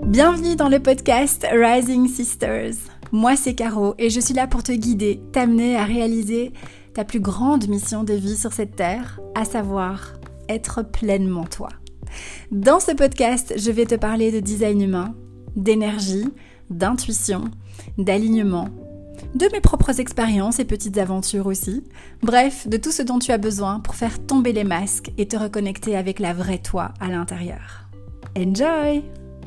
Bienvenue dans le podcast Rising Sisters. Moi c'est Caro et je suis là pour te guider, t'amener à réaliser ta plus grande mission de vie sur cette terre, à savoir être pleinement toi. Dans ce podcast, je vais te parler de design humain, d'énergie, d'intuition, d'alignement, de mes propres expériences et petites aventures aussi. Bref, de tout ce dont tu as besoin pour faire tomber les masques et te reconnecter avec la vraie toi à l'intérieur. Enjoy!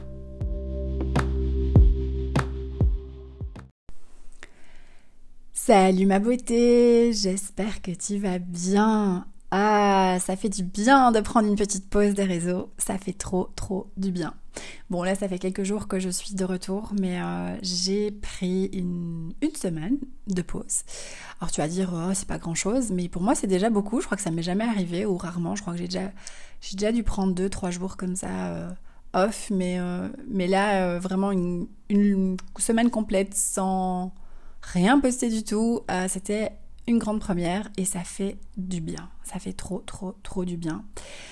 Salut ma beauté, j'espère que tu vas bien. Ah, ça fait du bien de prendre une petite pause des réseaux, ça fait trop du bien. Bon là ça fait quelques jours que je suis de retour, mais j'ai pris une semaine de pause. Alors tu vas dire, oh, c'est pas grand chose, mais pour moi c'est déjà beaucoup, je crois que ça m'est jamais arrivé, ou rarement, je crois que j'ai déjà dû prendre 2-3 jours comme ça off, mais là vraiment une semaine complète sans rien poster du tout, c'était une grande première et ça fait du bien, ça fait trop du bien.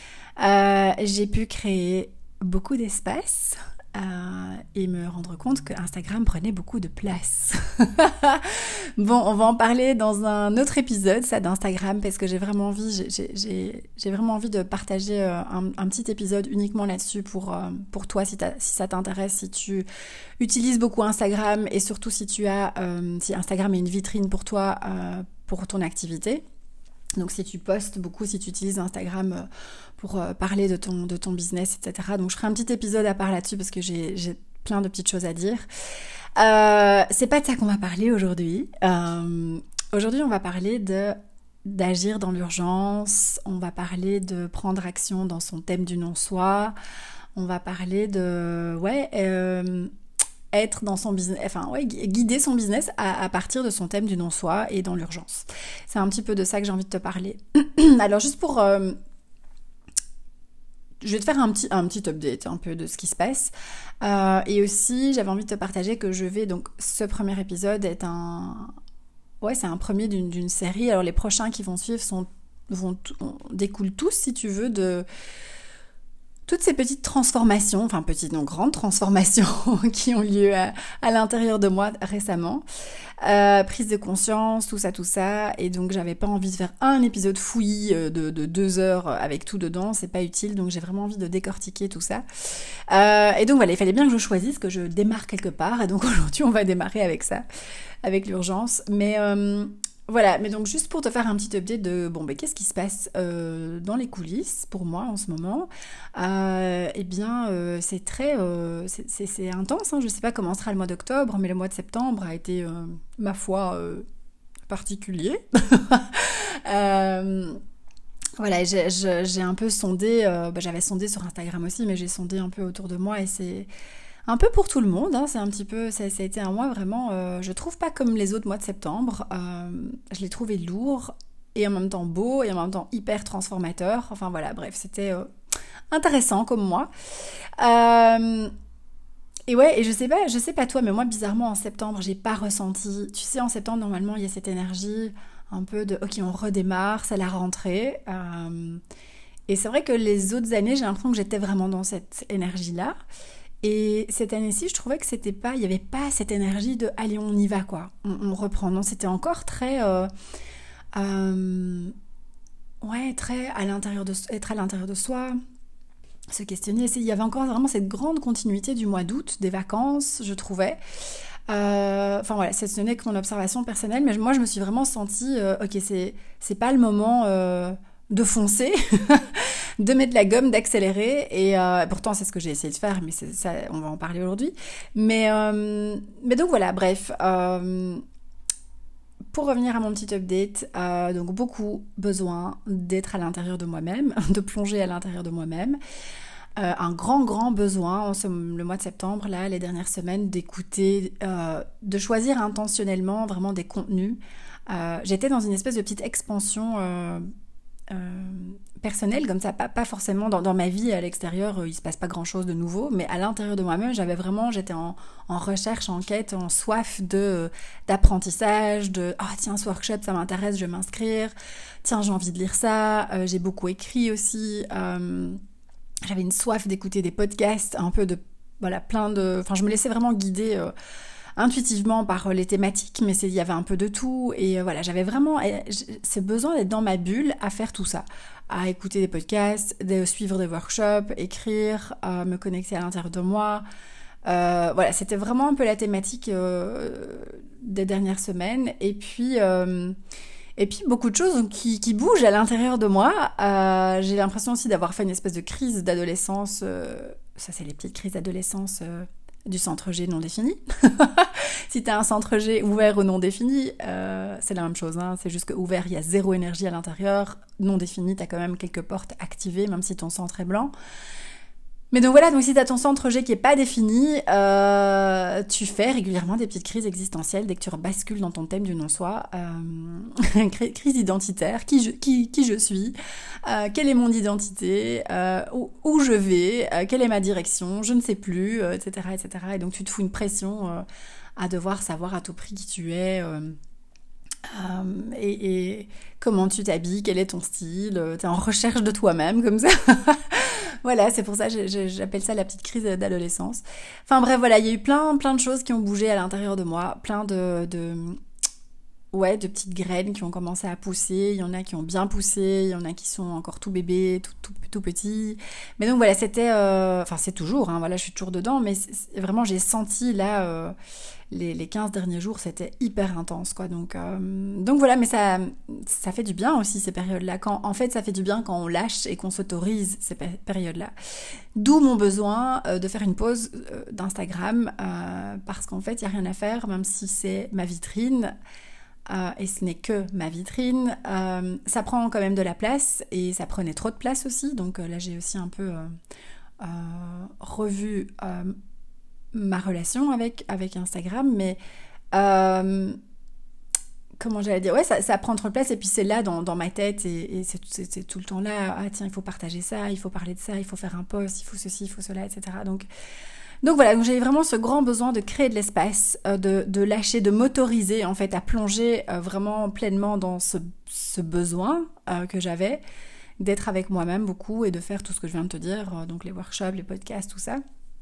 J'ai pu créer beaucoup d'espace et me rendre compte que Instagram prenait beaucoup de place. Bon, on va en parler dans un autre épisode, ça, d'Instagram, parce que j'ai vraiment envie de partager un petit épisode uniquement là-dessus pour toi, si ça t'intéresse, si tu utilises beaucoup Instagram et surtout si si Instagram est une vitrine pour toi, pour ton activité. Donc si tu postes beaucoup, si tu utilises Instagram pour parler de ton business, etc. Donc je ferai un petit épisode à part là-dessus parce que j'ai plein de petites choses à dire. C'est pas de ça qu'on va parler aujourd'hui. Aujourd'hui on va parler d'agir dans l'urgence, on va parler de prendre action dans son thème du non-soi, on va parler de être dans son business, guider son business à partir de son thème du non-soi et dans l'urgence. C'est un petit peu de ça que j'ai envie de te parler. Alors juste pour... je vais te faire un petit update un peu de ce qui se passe. Et aussi, j'avais envie de te partager que ce premier épisode est c'est un premier d'une série. Alors les prochains qui vont suivre découlent tous, si tu veux, de toutes ces petites transformations, grandes transformations qui ont lieu à l'intérieur de moi récemment. Prise de conscience, tout ça. Et donc, j'avais pas envie de faire un épisode fouillis de 2 heures avec tout dedans. C'est pas utile. Donc, j'ai vraiment envie de décortiquer tout ça. Et donc, voilà, il fallait bien que je choisisse, que je démarre quelque part. Et donc, aujourd'hui, on va démarrer avec ça, avec l'urgence. Mais... Voilà, mais donc juste pour te faire un petit update de qu'est-ce qui se passe dans les coulisses pour moi en ce moment. C'est très c'est intense, hein. Je sais pas comment sera le mois d'octobre, mais le mois de septembre a été ma foi particulier. Voilà, j'ai un peu sondé, j'avais sondé sur Instagram aussi, mais j'ai sondé un peu autour de moi et c'est un peu pour tout le monde, hein. C'est un petit peu, ça a été un mois vraiment, je trouve pas comme les autres mois de septembre, je l'ai trouvé lourd et en même temps beau et en même temps hyper transformateur, enfin voilà, bref, c'était intéressant comme mois. Et je sais pas toi, mais moi bizarrement en septembre, j'ai pas ressenti, tu sais en septembre normalement il y a cette énergie un peu de ok on redémarre, c'est la rentrée, et c'est vrai que les autres années j'ai l'impression que j'étais vraiment dans cette énergie-là. Et cette année-ci, je trouvais que il n'y avait pas cette énergie de allez, on y va quoi, on reprend. Non, c'était encore très, très être à l'intérieur de soi, se questionner. Il y avait encore vraiment cette grande continuité du mois d'août, des vacances, je trouvais. Ce n'est que mon observation personnelle, mais moi je me suis vraiment sentie, ok, c'est pas le moment de foncer, de mettre la gomme, d'accélérer, et pourtant c'est ce que j'ai essayé de faire, mais ça, on va en parler aujourd'hui. Mais donc voilà, bref. Pour revenir à mon petit update, donc beaucoup besoin d'être à l'intérieur de moi-même, de plonger à l'intérieur de moi-même. Un grand besoin, le mois de septembre, là, les dernières semaines, d'écouter, de choisir intentionnellement vraiment des contenus. J'étais dans une espèce de petite expansion personnelle, comme ça, pas forcément dans ma vie à l'extérieur, il se passe pas grand chose de nouveau, mais à l'intérieur de moi-même, j'étais en recherche, en quête, en soif d'apprentissage, tiens, ce workshop ça m'intéresse, je vais m'inscrire, tiens, j'ai envie de lire ça, j'ai beaucoup écrit aussi, j'avais une soif d'écouter des podcasts, un peu de voilà, enfin je me laissais vraiment guider intuitivement par les thématiques, mais il y avait un peu de tout, et voilà, j'avais vraiment ce besoin d'être dans ma bulle à faire tout ça, à écouter des podcasts, de suivre des workshops, écrire, me connecter à l'intérieur de moi. Voilà, c'était vraiment un peu la thématique des dernières semaines, et puis beaucoup de choses qui bougent à l'intérieur de moi. J'ai l'impression aussi d'avoir fait une espèce de crise d'adolescence, ça c'est les petites crises d'adolescence du centre G non défini. Si t'as un centre G ouvert ou non défini, c'est la même chose, hein. C'est juste que ouvert, il y a zéro énergie à l'intérieur. Non défini, t'as quand même quelques portes activées, même si ton centre est blanc. Mais donc voilà, donc si t'as ton centre G qui est pas défini, tu fais régulièrement des petites crises existentielles dès que tu bascules dans ton thème du non-soi. Crise identitaire, qui je suis, quelle est mon identité, où je vais, quelle est ma direction, je ne sais plus, etc., etc. Et donc tu te fous une pression à devoir savoir à tout prix qui tu es, et comment tu t'habilles, quel est ton style, t'es en recherche de toi-même comme ça. Voilà, c'est pour ça que j'appelle ça la petite crise d'adolescence. Enfin bref, voilà, il y a eu plein de choses qui ont bougé à l'intérieur de moi, plein de petites graines qui ont commencé à pousser. Il y en a qui ont bien poussé, il y en a qui sont encore tout bébés, tout petits. Mais donc voilà, c'était... Enfin, c'est toujours, hein, voilà, je suis toujours dedans, mais vraiment, j'ai senti là... Les 15 derniers jours, c'était hyper intense, quoi. Donc voilà, mais ça fait du bien aussi, ces périodes-là. En fait, ça fait du bien quand on lâche et qu'on s'autorise ces périodes-là. D'où mon besoin de faire une pause d'Instagram, parce qu'en fait, il n'y a rien à faire, même si c'est ma vitrine. Et ce n'est que ma vitrine. Ça prend quand même de la place, et ça prenait trop de place aussi. Donc là, j'ai aussi un peu revu... ma relation avec Instagram, mais comment j'allais dire, ouais, ça prend trop de place, et puis c'est là dans ma tête, et c'est tout le temps là. Ah tiens, il faut partager ça, il faut parler de ça, il faut faire un post, il faut ceci, il faut cela, etc. Donc voilà, donc j'avais vraiment ce grand besoin de créer de l'espace, de lâcher, de m'autoriser en fait à plonger vraiment pleinement dans ce besoin que j'avais d'être avec moi-même beaucoup, et de faire tout ce que je viens de te dire, donc les workshops, les podcasts, tout ça.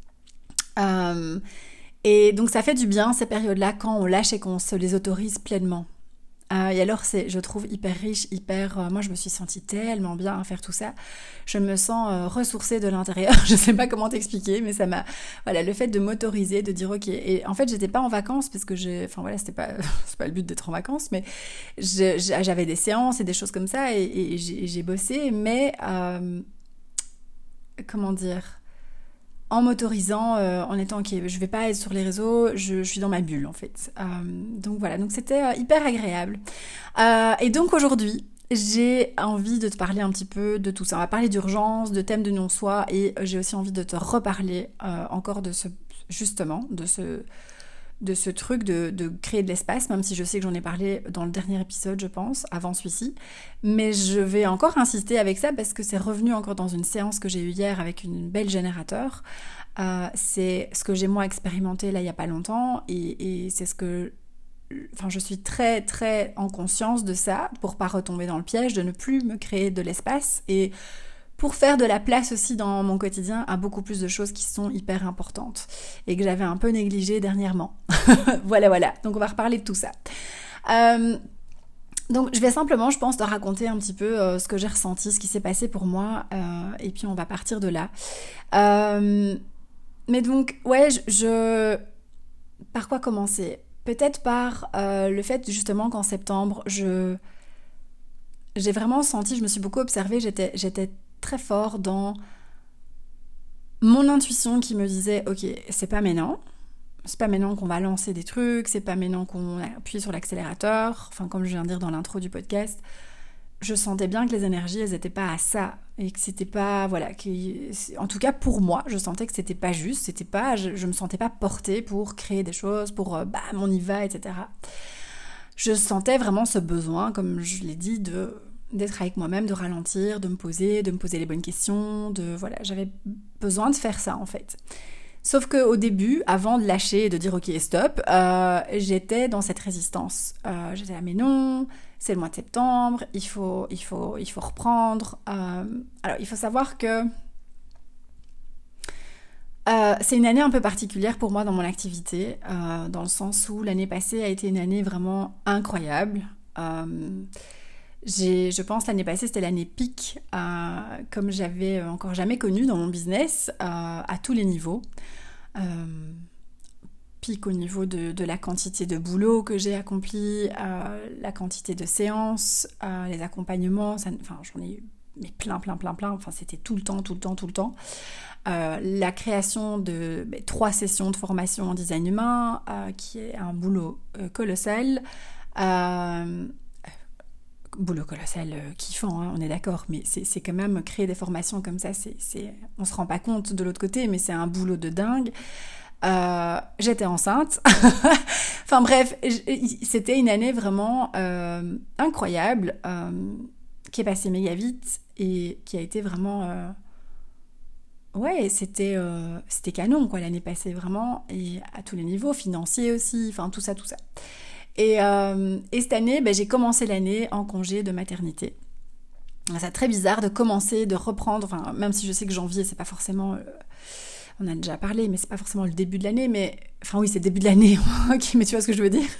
Et donc ça fait du bien ces périodes-là quand on lâche et qu'on se les autorise pleinement. Et alors c'est, je trouve, hyper riche, moi je me suis sentie tellement bien à faire tout ça. Je me sens ressourcée de l'intérieur. Je sais pas comment t'expliquer, mais ça m'a... Voilà, le fait de m'autoriser, de dire ok. Et en fait j'étais pas en vacances parce que enfin voilà, c'est pas le but d'être en vacances, mais j'avais des séances et des choses comme ça, et j'ai bossé, mais comment dire, en m'autorisant, en étant ok, je vais pas être sur les réseaux, je suis dans ma bulle en fait. Donc voilà, donc c'était hyper agréable. Et donc aujourd'hui, j'ai envie de te parler un petit peu de tout ça. On va parler d'urgence, de thème de non-soi, et j'ai aussi envie de te reparler encore de ce truc de créer de l'espace, même si je sais que j'en ai parlé dans le dernier épisode, je pense, avant celui-ci. Mais je vais encore insister avec ça parce que c'est revenu encore dans une séance que j'ai eue hier avec une belle générateur. C'est ce que j'ai moi expérimenté là il n'y a pas longtemps, et c'est ce que... Enfin, je suis très très en conscience de ça pour pas retomber dans le piège de ne plus me créer de l'espace, et pour faire de la place aussi dans mon quotidien à beaucoup plus de choses qui sont hyper importantes et que j'avais un peu négligées dernièrement. Voilà. Donc on va reparler de tout ça. Donc je vais simplement, je pense, te raconter un petit peu ce que j'ai ressenti, ce qui s'est passé pour moi, et puis on va partir de là. Mais donc, ouais, par quoi commencer ? Peut-être par le fait justement qu'en septembre, j'ai vraiment senti, je me suis beaucoup observée, j'étais très fort dans mon intuition qui me disait ok, c'est pas maintenant qu'on va lancer des trucs, c'est pas maintenant qu'on appuie sur l'accélérateur. Enfin, comme je viens de dire dans l'intro du podcast, je sentais bien que les énergies, elles étaient pas à ça, et que c'était pas, voilà, en tout cas pour moi, je sentais que c'était pas juste, je me sentais pas portée pour créer des choses, pour bam, on y va, etc. Je sentais vraiment ce besoin, comme je l'ai dit, d'être avec moi-même, de ralentir, de me poser les bonnes questions, voilà, j'avais besoin de faire ça en fait. Sauf qu'au début, avant de lâcher et de dire ok stop, j'étais dans cette résistance. J'étais là mais non, c'est le mois de septembre, il faut reprendre. Alors il faut savoir que C'est une année un peu particulière pour moi dans mon activité, dans le sens où l'année passée a été une année vraiment incroyable. Je pense l'année passée c'était l'année pic, comme j'avais encore jamais connu dans mon business, à tous les niveaux. Euh, Pic au niveau de la quantité de boulot que j'ai accompli, la quantité de séances, les accompagnements, enfin j'en ai eu mais plein, enfin c'était tout le temps. La création de 3 sessions de formation en design humain, qui est un boulot colossal. Boulot colossal, kiffant, hein, on est d'accord, mais c'est quand même créer des formations comme ça, on se rend pas compte de l'autre côté, mais c'est un boulot de dingue. J'étais enceinte. Enfin bref, c'était une année vraiment incroyable, qui est passée méga vite et qui a été vraiment... Ouais, c'était canon, quoi, l'année passée, vraiment, et à tous les niveaux, financiers aussi, enfin tout ça. Et cette année, j'ai commencé l'année en congé de maternité. C'est très bizarre de commencer, de reprendre, enfin, même si je sais que janvier, c'est pas forcément... on a déjà parlé, mais c'est pas forcément le début de l'année, mais... Enfin oui, c'est le début de l'année, ok, mais tu vois ce que je veux dire.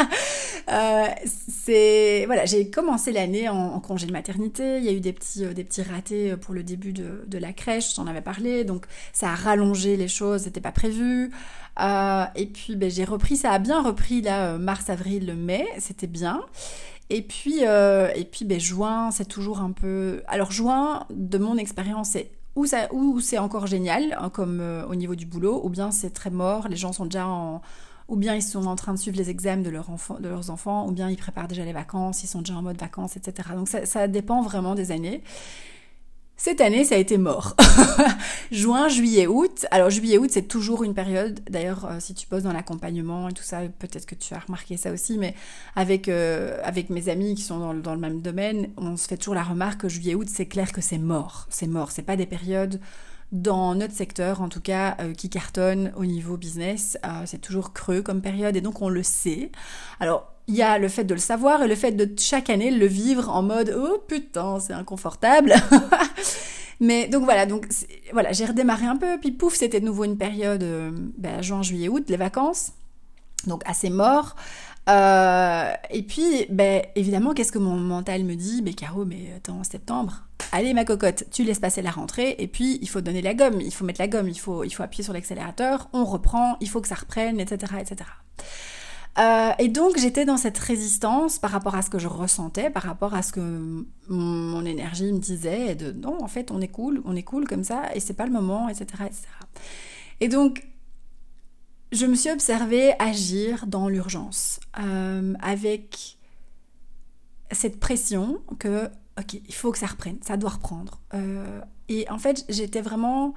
Voilà, j'ai commencé l'année en congé de maternité, il y a eu des petits ratés pour le début de la crèche, j'en avais parlé, donc ça a rallongé les choses, c'était pas prévu. Et puis j'ai repris, ça a bien repris là, mars, avril, mai, c'était bien. Et puis juin, c'est toujours un peu... Alors juin, de mon expérience, c'est ou c'est encore génial, hein, comme au niveau du boulot, ou bien c'est très mort, les gens sont déjà ou bien ils sont en train de suivre les examens de leurs enfants, ou bien ils préparent déjà les vacances, ils sont déjà en mode vacances, etc. Donc ça dépend vraiment des années. Cette année, ça a été mort. Juin, juillet, août. Alors, juillet, août, c'est toujours une période. D'ailleurs, si tu bosses dans l'accompagnement et tout ça, peut-être que tu as remarqué ça aussi, mais avec mes amis qui sont dans le même domaine, on se fait toujours la remarque que juillet, août, c'est clair que c'est mort. C'est mort. C'est pas des périodes, dans notre secteur, en tout cas, qui cartonnent au niveau business. C'est toujours creux comme période et donc on le sait. Alors, il y a le fait de le savoir et le fait de chaque année le vivre en mode « Oh putain, c'est inconfortable !» Mais donc voilà, j'ai redémarré un peu, puis pouf, c'était de nouveau une période, juin, juillet, août, les vacances, donc assez mort. Et puis, évidemment, qu'est-ce que mon mental me dit ? Caro, mais attends, en septembre, allez ma cocotte, tu laisses passer la rentrée, et puis il faut donner la gomme, il faut mettre la gomme, il faut appuyer sur l'accélérateur, on reprend, il faut que ça reprenne, etc. Et donc j'étais dans cette résistance par rapport à ce que je ressentais, par rapport à ce que mon énergie me disait, de non, en fait on est cool comme ça, et c'est pas le moment, etc. Et donc je me suis observée agir dans l'urgence, avec cette pression que, ok, il faut que ça reprenne, ça doit reprendre. Et en fait j'étais vraiment...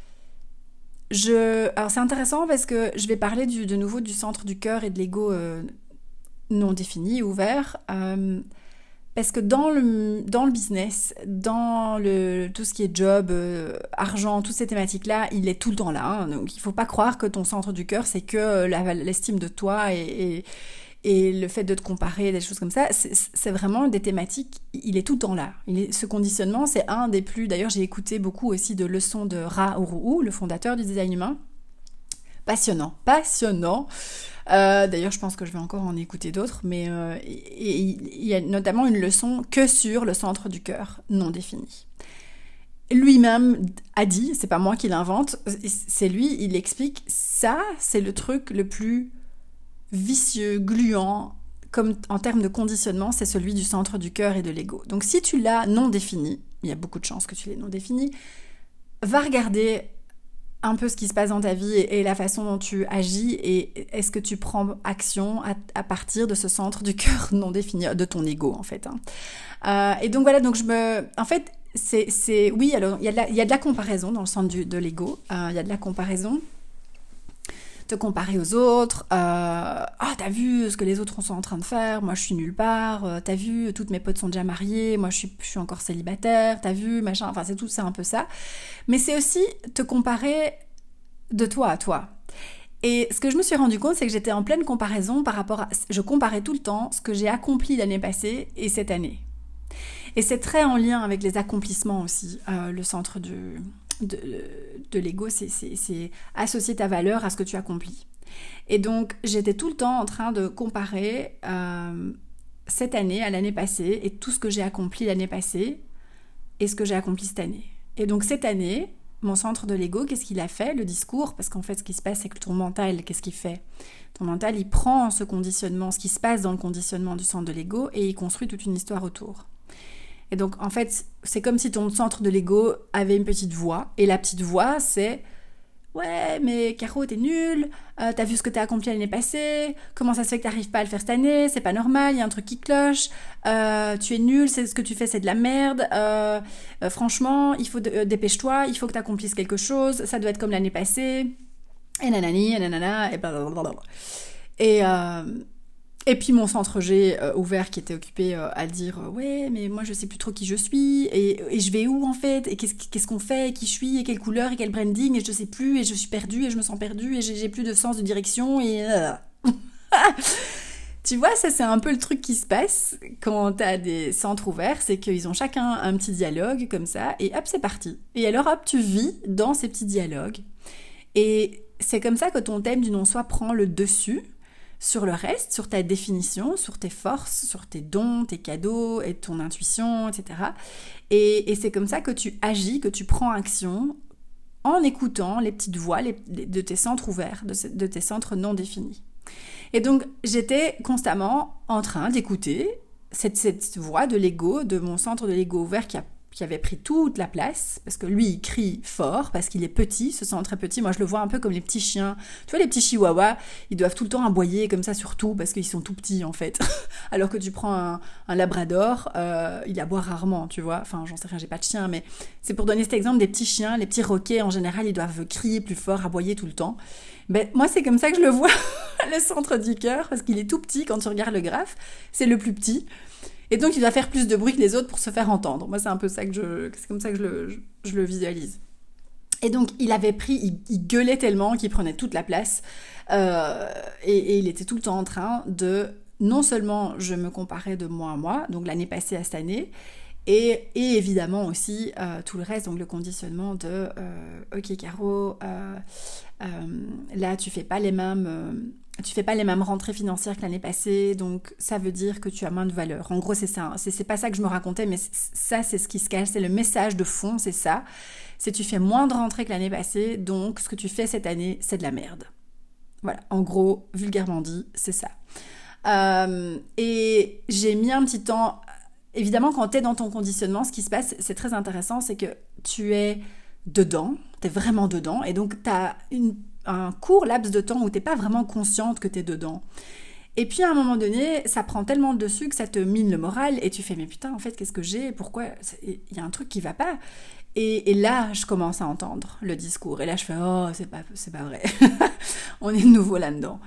Alors c'est intéressant parce que je vais parler de nouveau du centre du cœur et de l'ego non défini, ouvert, parce que dans le business, dans tout ce qui est job, argent, toutes ces thématiques-là, il est tout le temps là, hein, donc il ne faut pas croire que ton centre du cœur, c'est que l'estime de toi et le fait de te comparer, des choses comme ça, c'est vraiment des thématiques, il est tout le temps là. Ce conditionnement, c'est un des plus... D'ailleurs, j'ai écouté beaucoup aussi de leçons de Ra Uru, le fondateur du design humain. Passionnant. D'ailleurs, je pense que je vais encore en écouter d'autres, mais il y a notamment une leçon que sur le centre du cœur non défini. Lui-même a dit, c'est pas moi qui l'invente, c'est lui, il explique, ça, c'est le truc le plus vicieux, gluant, comme en termes de conditionnement, c'est celui du centre du cœur et de l'ego. Donc si tu l'as non défini, il y a beaucoup de chances que tu l'aies non défini, va regarder un peu ce qui se passe dans ta vie et la façon dont tu agis, et est-ce que tu prends action à partir de ce centre du cœur non défini, de ton ego en fait. Et donc voilà, en fait, oui, alors il y a de la comparaison dans le centre de l'ego, il y a de la comparaison, te comparer aux autres, t'as vu ce que les autres sont en train de faire, moi je suis nulle part, t'as vu, toutes mes potes sont déjà mariées, moi je suis encore célibataire, t'as vu, machin, enfin c'est un peu ça. Mais c'est aussi te comparer de toi à toi. Et ce que je me suis rendu compte, c'est que j'étais en pleine comparaison je comparais tout le temps ce que j'ai accompli l'année passée et cette année. Et c'est très en lien avec les accomplissements aussi, le centre de, de l'ego, c'est associer ta valeur à ce que tu accomplis. Et donc, j'étais tout le temps en train de comparer cette année à l'année passée et tout ce que j'ai accompli l'année passée et ce que j'ai accompli cette année. Et donc, cette année, mon centre de l'ego, qu'est-ce qu'il a fait? Le discours, parce qu'en fait, ce qui se passe, c'est que ton mental, qu'est-ce qu'il fait? Ton mental, il prend ce conditionnement, ce qui se passe dans le conditionnement du centre de l'ego et il construit toute une histoire autour. Et donc, en fait, c'est comme si ton centre de l'ego avait une petite voix. Et la petite voix, c'est « Ouais, mais Caro, t'es nulle. T'as vu ce que t'as accompli l'année passée. Comment ça se fait que t'arrives pas à le faire cette année? C'est pas normal, il y a un truc qui cloche. Tu es nulle, ce que tu fais, c'est de la merde. Franchement, dépêche-toi, il faut que t'accomplisses quelque chose. Ça doit être comme l'année passée. Et nanani, et nanana, et blablabla. » Et puis mon centre G ouvert qui était occupé à dire ouais mais moi je sais plus trop qui je suis et je vais où en fait et qu'est-ce qu'on fait et qui je suis et quelle couleur et quel branding et je sais plus et je suis perdue et je me sens perdue et j'ai plus de sens de direction et tu vois, ça c'est un peu le truc qui se passe quand t'as des centres ouverts, c'est qu'ils ont chacun un petit dialogue comme ça et hop c'est parti. Et alors hop tu vis dans ces petits dialogues et c'est comme ça que ton thème du non-soi prend le dessus sur le reste, sur ta définition, sur tes forces, sur tes dons, tes cadeaux et ton intuition, etc. Et c'est comme ça que tu agis, que tu prends action en écoutant les petites voix de tes centres ouverts, de tes centres non définis. Et donc, j'étais constamment en train d'écouter cette voix de l'ego, de mon centre de l'ego ouvert qui avait pris toute la place, parce que lui, il crie fort, parce qu'il est petit, se sent très petit. Moi, je le vois un peu comme les petits chiens. Tu vois, les petits chihuahuas, ils doivent tout le temps aboyer comme ça sur tout, parce qu'ils sont tout petits, en fait. Alors que tu prends un labrador, il aboie rarement, tu vois. Enfin, j'en sais rien, j'ai pas de chien, mais c'est pour donner cet exemple des petits chiens. Les petits roquets, en général, ils doivent crier plus fort, aboyer tout le temps. Ben, moi, c'est comme ça que je le vois, le centre du cœur, parce qu'il est tout petit. Quand tu regardes le graphe, c'est le plus petit. Et donc, il doit faire plus de bruit que les autres pour se faire entendre. Moi, c'est un peu ça c'est comme ça que je le visualise. Et donc, il gueulait tellement qu'il prenait toute la place. Et il était tout le temps en train de, non seulement je me comparais de mois à mois, donc l'année passée à cette année, et évidemment aussi tout le reste, donc le conditionnement de ok Caro, là tu fais pas les mêmes rentrées financières que l'année passée, donc ça veut dire que tu as moins de valeur. En gros c'est ça, c'est pas ça que je me racontais, mais ça c'est ce qui se cache, c'est le message de fond, c'est ça. C'est tu fais moins de rentrées que l'année passée, donc ce que tu fais cette année c'est de la merde. Voilà, en gros, vulgairement dit, c'est ça. Et j'ai mis un petit temps. Évidemment, quand tu es dans ton conditionnement, ce qui se passe, c'est très intéressant, c'est que tu es dedans, tu es vraiment dedans, et donc tu as un court laps de temps où tu n'es pas vraiment consciente que tu es dedans. Et puis à un moment donné, ça prend tellement le dessus que ça te mine le moral, et tu fais, mais putain, en fait, qu'est-ce que j'ai? Pourquoi? Il y a un truc qui va pas. Et là, je commence à entendre le discours, et là, je fais, oh, c'est pas vrai. On est de nouveau là-dedans.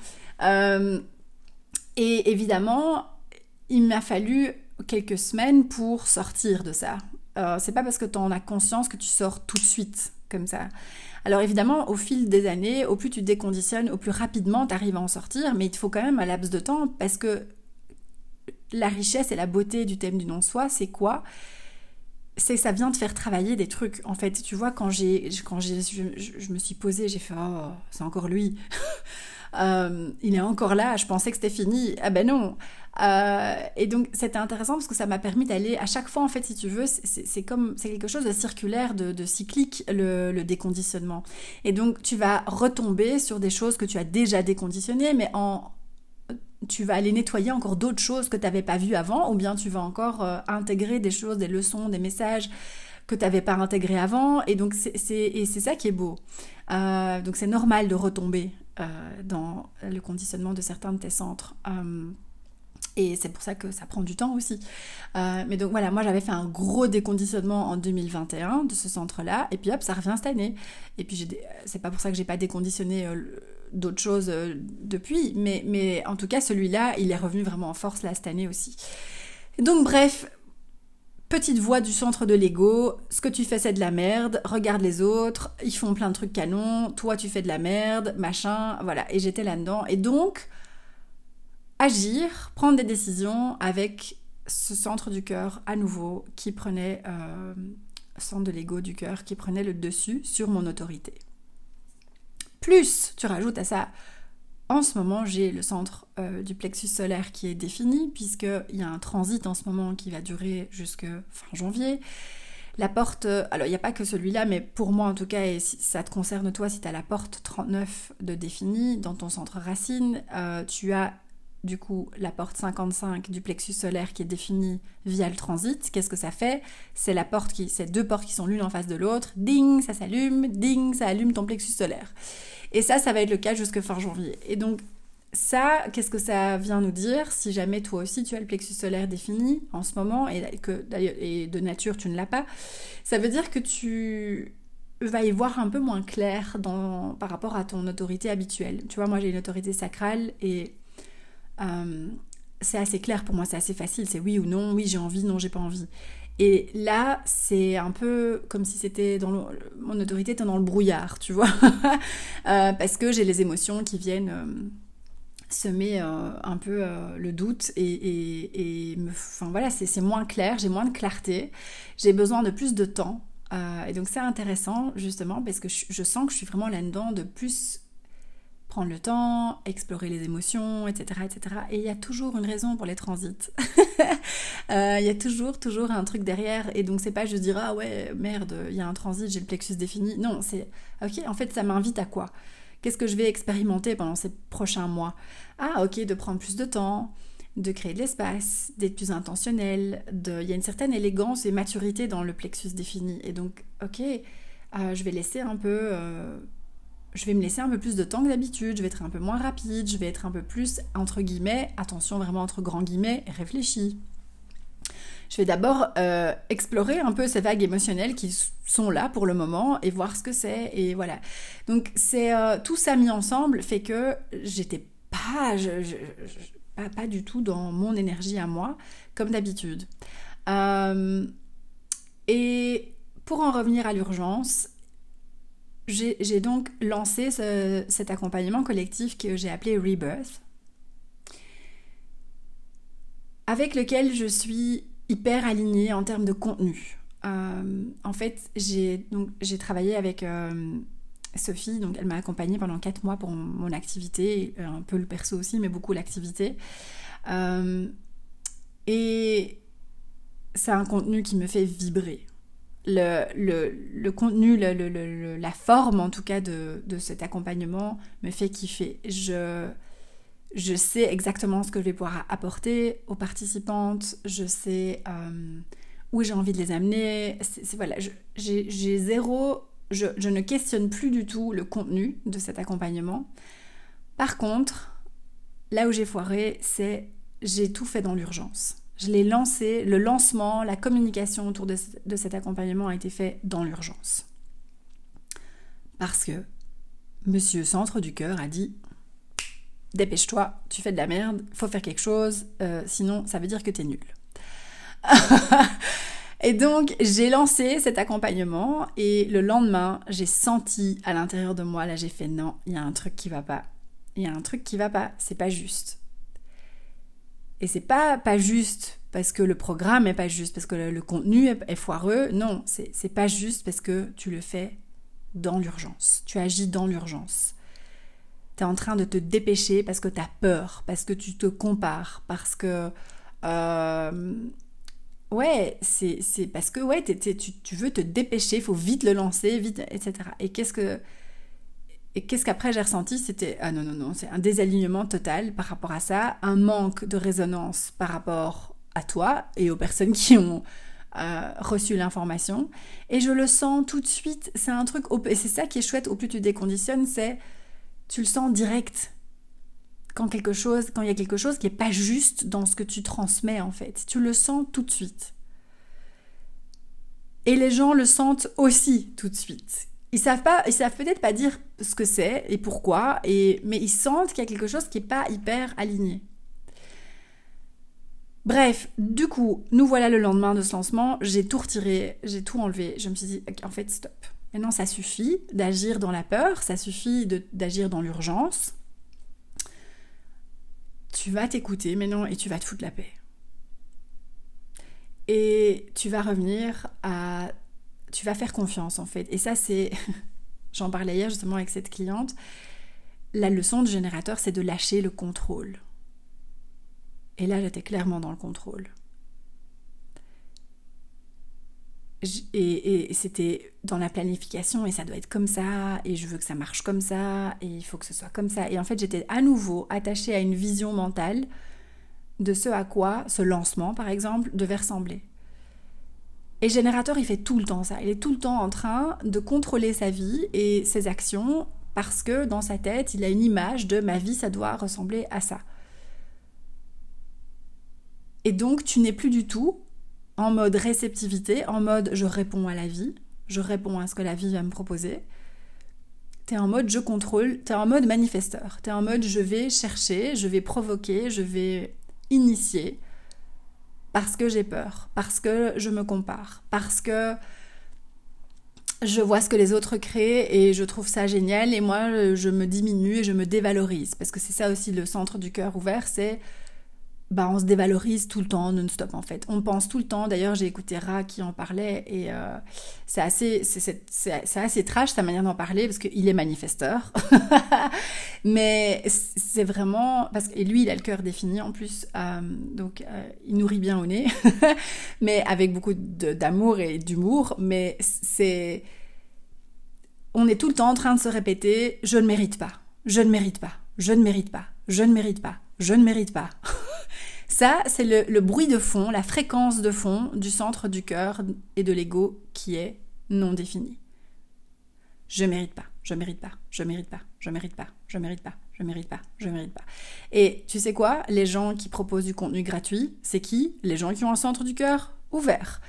Et évidemment, il m'a fallu quelques semaines pour sortir de ça. C'est pas parce que tu en as conscience que tu sors tout de suite comme ça. Alors évidemment, au fil des années, au plus tu te déconditionnes, au plus rapidement tu arrives à en sortir, mais il te faut quand même un laps de temps parce que la richesse et la beauté du thème du non-soi, c'est quoi? C'est que ça vient te faire travailler des trucs. En fait, tu vois, quand je me suis posée, j'ai fait « Oh, c'est encore lui !» il est encore là, je pensais que c'était fini. Ah ben non. Et donc c'était intéressant parce que ça m'a permis d'aller à chaque fois en fait si tu veux c'est quelque chose de circulaire, de cyclique le déconditionnement. Et donc tu vas retomber sur des choses que tu as déjà déconditionnées, mais tu vas aller nettoyer encore d'autres choses que tu n'avais pas vues avant, ou bien tu vas encore intégrer des choses, des leçons, des messages que tu n'avais pas intégrés avant. Et donc c'est ça qui est beau. Donc c'est normal de retomber dans le conditionnement de certains de tes centres. Et c'est pour ça que ça prend du temps aussi. Mais donc voilà, moi j'avais fait un gros déconditionnement en 2021 de ce centre-là, et puis hop, ça revient cette année. Et puis c'est pas pour ça que j'ai pas déconditionné d'autres choses depuis, mais en tout cas celui-là, il est revenu vraiment en force là cette année aussi. Et donc bref, petite voix du centre de l'ego, ce que tu fais c'est de la merde, regarde les autres, ils font plein de trucs canons, toi tu fais de la merde, machin, voilà. Et j'étais là-dedans. Et donc, agir, prendre des décisions avec ce centre du cœur à nouveau qui prenait centre de l'ego du cœur qui prenait le dessus sur mon autorité. Plus, tu rajoutes à ça, en ce moment, j'ai le centre du plexus solaire qui est défini, puisqu'il y a un transit en ce moment qui va durer jusque fin janvier. La porte, alors il n'y a pas que celui-là, mais pour moi en tout cas, et si ça te concerne toi, si tu as la porte 39 de défini dans ton centre racine, tu as du coup la porte 55 du plexus solaire qui est définie via le transit. Qu'est-ce que ça fait ? C'est deux portes qui sont l'une en face de l'autre, ding, ça s'allume, ding, ça allume ton plexus solaire. Et ça va être le cas jusque fin janvier. Et donc ça, qu'est-ce que ça vient nous dire ? Si jamais toi aussi tu as le plexus solaire défini en ce moment et de nature tu ne l'as pas, ça veut dire que tu vas y voir un peu moins clair par rapport à ton autorité habituelle. Tu vois, moi j'ai une autorité sacrale et c'est assez clair pour moi, c'est assez facile, c'est oui ou non, oui j'ai envie, non j'ai pas envie. Et là, c'est un peu comme si c'était mon autorité était dans le brouillard, tu vois, parce que j'ai les émotions qui viennent semer un peu le doute enfin voilà, c'est moins clair, j'ai moins de clarté, j'ai besoin de plus de temps. Et donc c'est intéressant justement parce que je sens que je suis vraiment là-dedans de plus prendre le temps, explorer les émotions, etc., etc. Et il y a toujours une raison pour les transits. Il y a toujours un truc derrière. Et donc, c'est pas juste dire « Ah ouais, merde, il y a un transit, j'ai le plexus défini. » Non, c'est « Ok, en fait, ça m'invite à quoi ? Qu'est-ce que je vais expérimenter pendant ces prochains mois ? Ah, ok, de prendre plus de temps, de créer de l'espace, d'être plus intentionnel. Il y a une certaine élégance et maturité dans le plexus défini. Et donc, ok, je vais laisser un peu... je vais me laisser un peu plus de temps que d'habitude, je vais être un peu moins rapide, je vais être un peu plus, entre guillemets, attention vraiment entre grands guillemets, réfléchi. Je vais d'abord explorer un peu ces vagues émotionnelles qui sont là pour le moment et voir ce que c'est, et voilà. Donc c'est tout ça mis ensemble fait que j'étais pas, pas du tout dans mon énergie à moi, comme d'habitude. Et pour en revenir à l'urgence, j'ai donc lancé cet accompagnement collectif que j'ai appelé Rebirth, avec lequel je suis hyper alignée en termes de contenu. En fait, j'ai travaillé avec Sophie, donc elle m'a accompagnée pendant 4 mois pour mon activité, un peu le perso aussi, mais beaucoup l'activité. Et c'est un contenu qui me fait vibrer. Le contenu, la forme en tout cas de cet accompagnement me fait kiffer. Je sais exactement ce que je vais pouvoir apporter aux participantes, je sais où j'ai envie de les amener. Voilà, j'ai zéro, je ne questionne plus du tout le contenu de cet accompagnement. Par contre, là où j'ai foiré, c'est j'ai tout fait dans l'urgence. Je l'ai lancé, le lancement, la communication autour de cet accompagnement a été fait dans l'urgence. Parce que Monsieur Centre du Cœur a dit « Dépêche-toi, tu fais de la merde, faut faire quelque chose, sinon ça veut dire que t'es nul. » Et donc, j'ai lancé cet accompagnement et le lendemain, j'ai senti à l'intérieur de moi, là j'ai fait « Non, il y a un truc qui va pas. Il y a un truc qui va pas, c'est pas juste. » Et c'est pas juste parce que le programme est pas juste, parce que le contenu est foireux. Non, c'est pas juste parce que tu le fais dans l'urgence. Tu agis dans l'urgence. T'es en train de te dépêcher parce que t'as peur, parce que tu te compares, parce que... ouais, c'est parce que ouais, tu veux te dépêcher, il faut vite le lancer, vite, etc. Et qu'est-ce qu'après j'ai ressenti ? C'était « Ah non, c'est un désalignement total par rapport à ça, un manque de résonance par rapport à toi et aux personnes qui ont reçu l'information. » Et je le sens tout de suite, c'est un truc, et c'est ça qui est chouette, au plus tu déconditionnes, c'est tu le sens direct. Quand il y a quelque chose qui n'est pas juste dans ce que tu transmets en fait, tu le sens tout de suite. Et les gens le sentent aussi tout de suite. Ils savent peut-être pas dire ce que c'est et pourquoi, mais ils sentent qu'il y a quelque chose qui n'est pas hyper aligné. Bref, du coup, nous voilà le lendemain de ce lancement, j'ai tout retiré, j'ai tout enlevé, je me suis dit, en fait, stop. Maintenant, ça suffit d'agir dans la peur, ça suffit d'agir dans l'urgence. Tu vas t'écouter maintenant et tu vas te foutre la paix. Et tu vas revenir à tu vas faire confiance en fait. Et ça c'est, j'en parlais hier justement avec cette cliente, la leçon du générateur c'est de lâcher le contrôle. Et là j'étais clairement dans le contrôle. Et c'était dans la planification et ça doit être comme ça et je veux que ça marche comme ça et il faut que ce soit comme ça. Et en fait j'étais à nouveau attachée à une vision mentale de ce à quoi ce lancement par exemple devait ressembler. Et le générateur il fait tout le temps ça, il est tout le temps en train de contrôler sa vie et ses actions parce que dans sa tête il a une image de ma vie ça doit ressembler à ça. Et donc tu n'es plus du tout en mode réceptivité, en mode je réponds à la vie, je réponds à ce que la vie va me proposer. T'es en mode je contrôle, t'es en mode manifesteur, t'es en mode je vais chercher, je vais provoquer, je vais initier parce que j'ai peur, parce que je me compare, parce que je vois ce que les autres créent et je trouve ça génial et moi je me diminue et je me dévalorise parce que c'est ça aussi le centre du cœur ouvert, c'est on se dévalorise tout le temps, non-stop en fait. On pense tout le temps, d'ailleurs j'ai écouté Ra qui en parlait et c'est assez trash sa manière d'en parler parce qu'il est manifesteur. Mais c'est vraiment, et lui il a le cœur défini en plus, donc il nourrit bien au nez, mais avec beaucoup d'amour et d'humour, mais on est tout le temps en train de se répéter, je ne mérite pas, je ne mérite pas, je ne mérite pas, je ne mérite pas, je ne mérite pas. Ça, c'est le bruit de fond, la fréquence de fond du centre du cœur et de l'ego qui est non défini. Je mérite pas, je mérite pas, je mérite pas, je mérite pas, je mérite pas, je mérite pas, je mérite pas. Et tu sais quoi? Les gens qui proposent du contenu gratuit, c'est qui? Les gens qui ont un centre du cœur ouvert.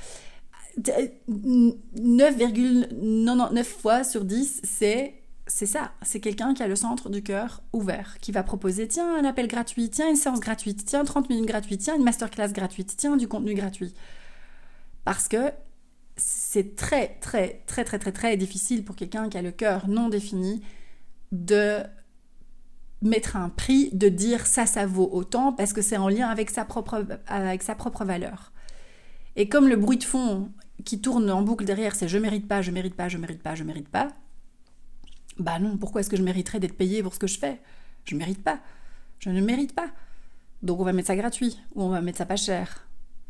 9,99 fois sur 10, c'est ça, c'est quelqu'un qui a le centre du cœur ouvert, qui va proposer, tiens, un appel gratuit, tiens, une séance gratuite, tiens, 30 minutes gratuites, tiens, une masterclass gratuite, tiens, du contenu gratuit. Parce que c'est très, très, très, très, très, très difficile pour quelqu'un qui a le cœur non défini de mettre un prix, de dire ça vaut autant, parce que c'est en lien avec sa propre valeur. Et comme le bruit de fond qui tourne en boucle derrière, c'est je mérite pas, je mérite pas, je mérite pas, je mérite pas, bah non, pourquoi est-ce que je mériterais d'être payée pour ce que je fais? Je mérite pas. Je ne mérite pas. Donc on va mettre ça gratuit ou on va mettre ça pas cher.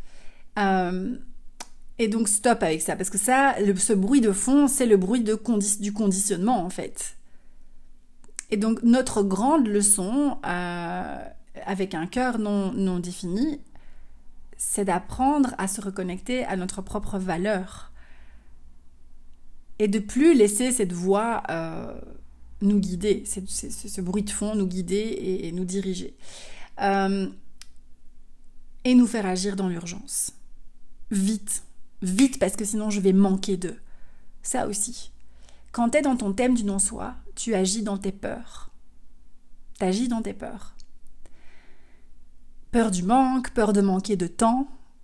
Et donc stop avec ça, parce que ça, ce bruit de fond, c'est le bruit du conditionnement en fait. Et donc notre grande leçon, avec un cœur non défini, c'est d'apprendre à se reconnecter à notre propre valeur. Et de plus laisser cette voix nous guider, ce bruit de fond nous guider et nous diriger. Et nous faire agir dans l'urgence. Vite, parce que sinon je vais manquer d'eux. Ça aussi. Quand tu es dans ton thème du non-soi, tu agis dans tes peurs. Tu agis dans tes peurs. Peur du manque, peur de manquer de temps.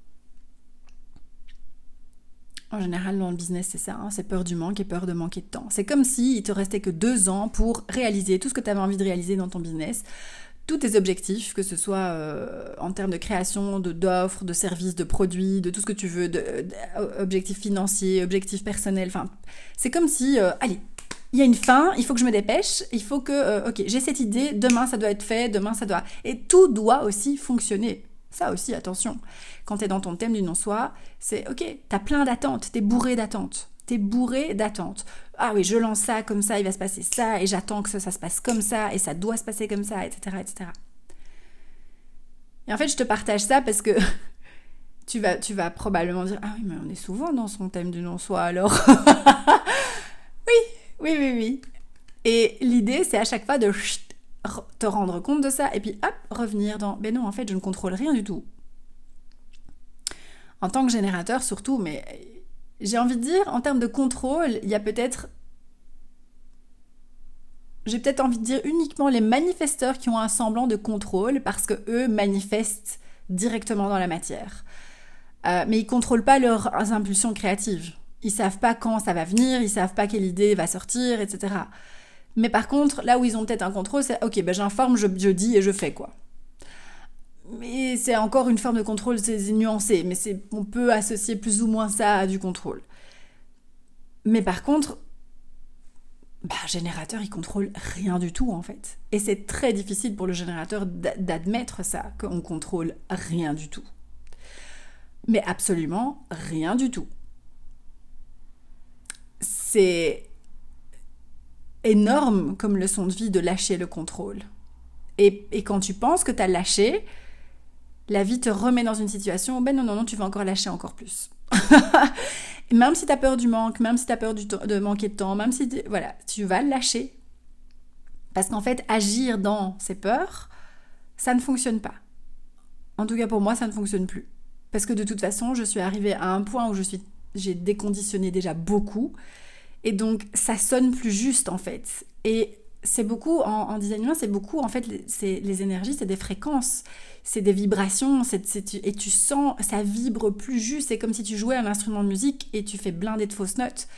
En général, dans le business, c'est ça, c'est peur du manque et peur de manquer de temps. C'est comme s'il te restait que 2 ans pour réaliser tout ce que tu avais envie de réaliser dans ton business, tous tes objectifs, que ce soit en termes de création, d'offres, de services, de produits, de tout ce que tu veux, objectifs financiers, objectifs personnels, enfin, c'est comme si, allez, il y a une fin, il faut que je me dépêche, il faut que, ok, j'ai cette idée, demain ça doit être fait, demain ça doit... Et tout doit aussi fonctionner. Ça aussi, attention. Quand t'es dans ton thème du non-soi, c'est ok, t'as plein d'attentes, t'es bourré d'attentes. Ah oui, je lance ça comme ça, il va se passer ça, et j'attends que ça se passe comme ça, et ça doit se passer comme ça, etc., etc. Et en fait, je te partage ça parce que tu vas probablement dire, ah oui, mais on est souvent dans son thème du non-soi alors. Oui. Et l'idée, c'est à chaque fois de te rendre compte de ça, et puis hop, revenir dans, ben non, en fait, je ne contrôle rien du tout. En tant que générateur surtout, mais j'ai envie de dire, en termes de contrôle, j'ai peut-être envie de dire uniquement les manifesteurs qui ont un semblant de contrôle, parce que eux manifestent directement dans la matière. Mais ils contrôlent pas leurs impulsions créatives. Ils savent pas quand ça va venir, ils savent pas quelle idée va sortir, etc. Mais par contre, là où ils ont peut-être un contrôle, c'est ok, ben j'informe, je dis et je fais quoi. Mais c'est encore une forme de contrôle, c'est nuancé, mais on peut associer plus ou moins ça à du contrôle. Mais par contre, générateur, il contrôle rien du tout en fait. Et c'est très difficile pour le générateur d'admettre ça, qu'on contrôle rien du tout. Mais absolument rien du tout. C'est énorme comme leçon de vie de lâcher le contrôle. Et quand tu penses que tu as lâché, la vie te remet dans une situation où non, tu vas encore lâcher encore plus. Même si tu as peur du manque, même si tu as peur de manquer de temps, même si tu vas lâcher. Parce qu'en fait, agir dans ces peurs, ça ne fonctionne pas. En tout cas, pour moi, ça ne fonctionne plus. Parce que de toute façon, je suis arrivée à un point où j'ai déconditionné déjà beaucoup. Et donc, ça sonne plus juste, en fait. Et c'est beaucoup, en design humain, c'est beaucoup, en fait, les énergies, c'est des fréquences, c'est des vibrations, et tu sens, ça vibre plus juste. C'est comme si tu jouais un instrument de musique et tu fais blinder de fausses notes.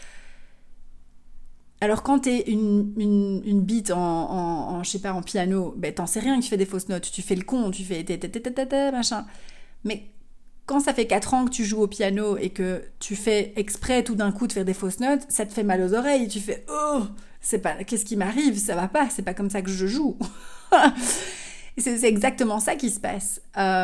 Alors quand t'es une beat en je sais pas, en piano, t'en sais rien que tu fais des fausses notes, tu fais le con, tu fais machin. Mais quand ça fait 4 ans que tu joues au piano et que tu fais exprès tout d'un coup de faire des fausses notes, ça te fait mal aux oreilles, tu fais oh, qu'est-ce qui m'arrive, ça va pas, c'est pas comme ça que je joue. C'est exactement ça qui se passe.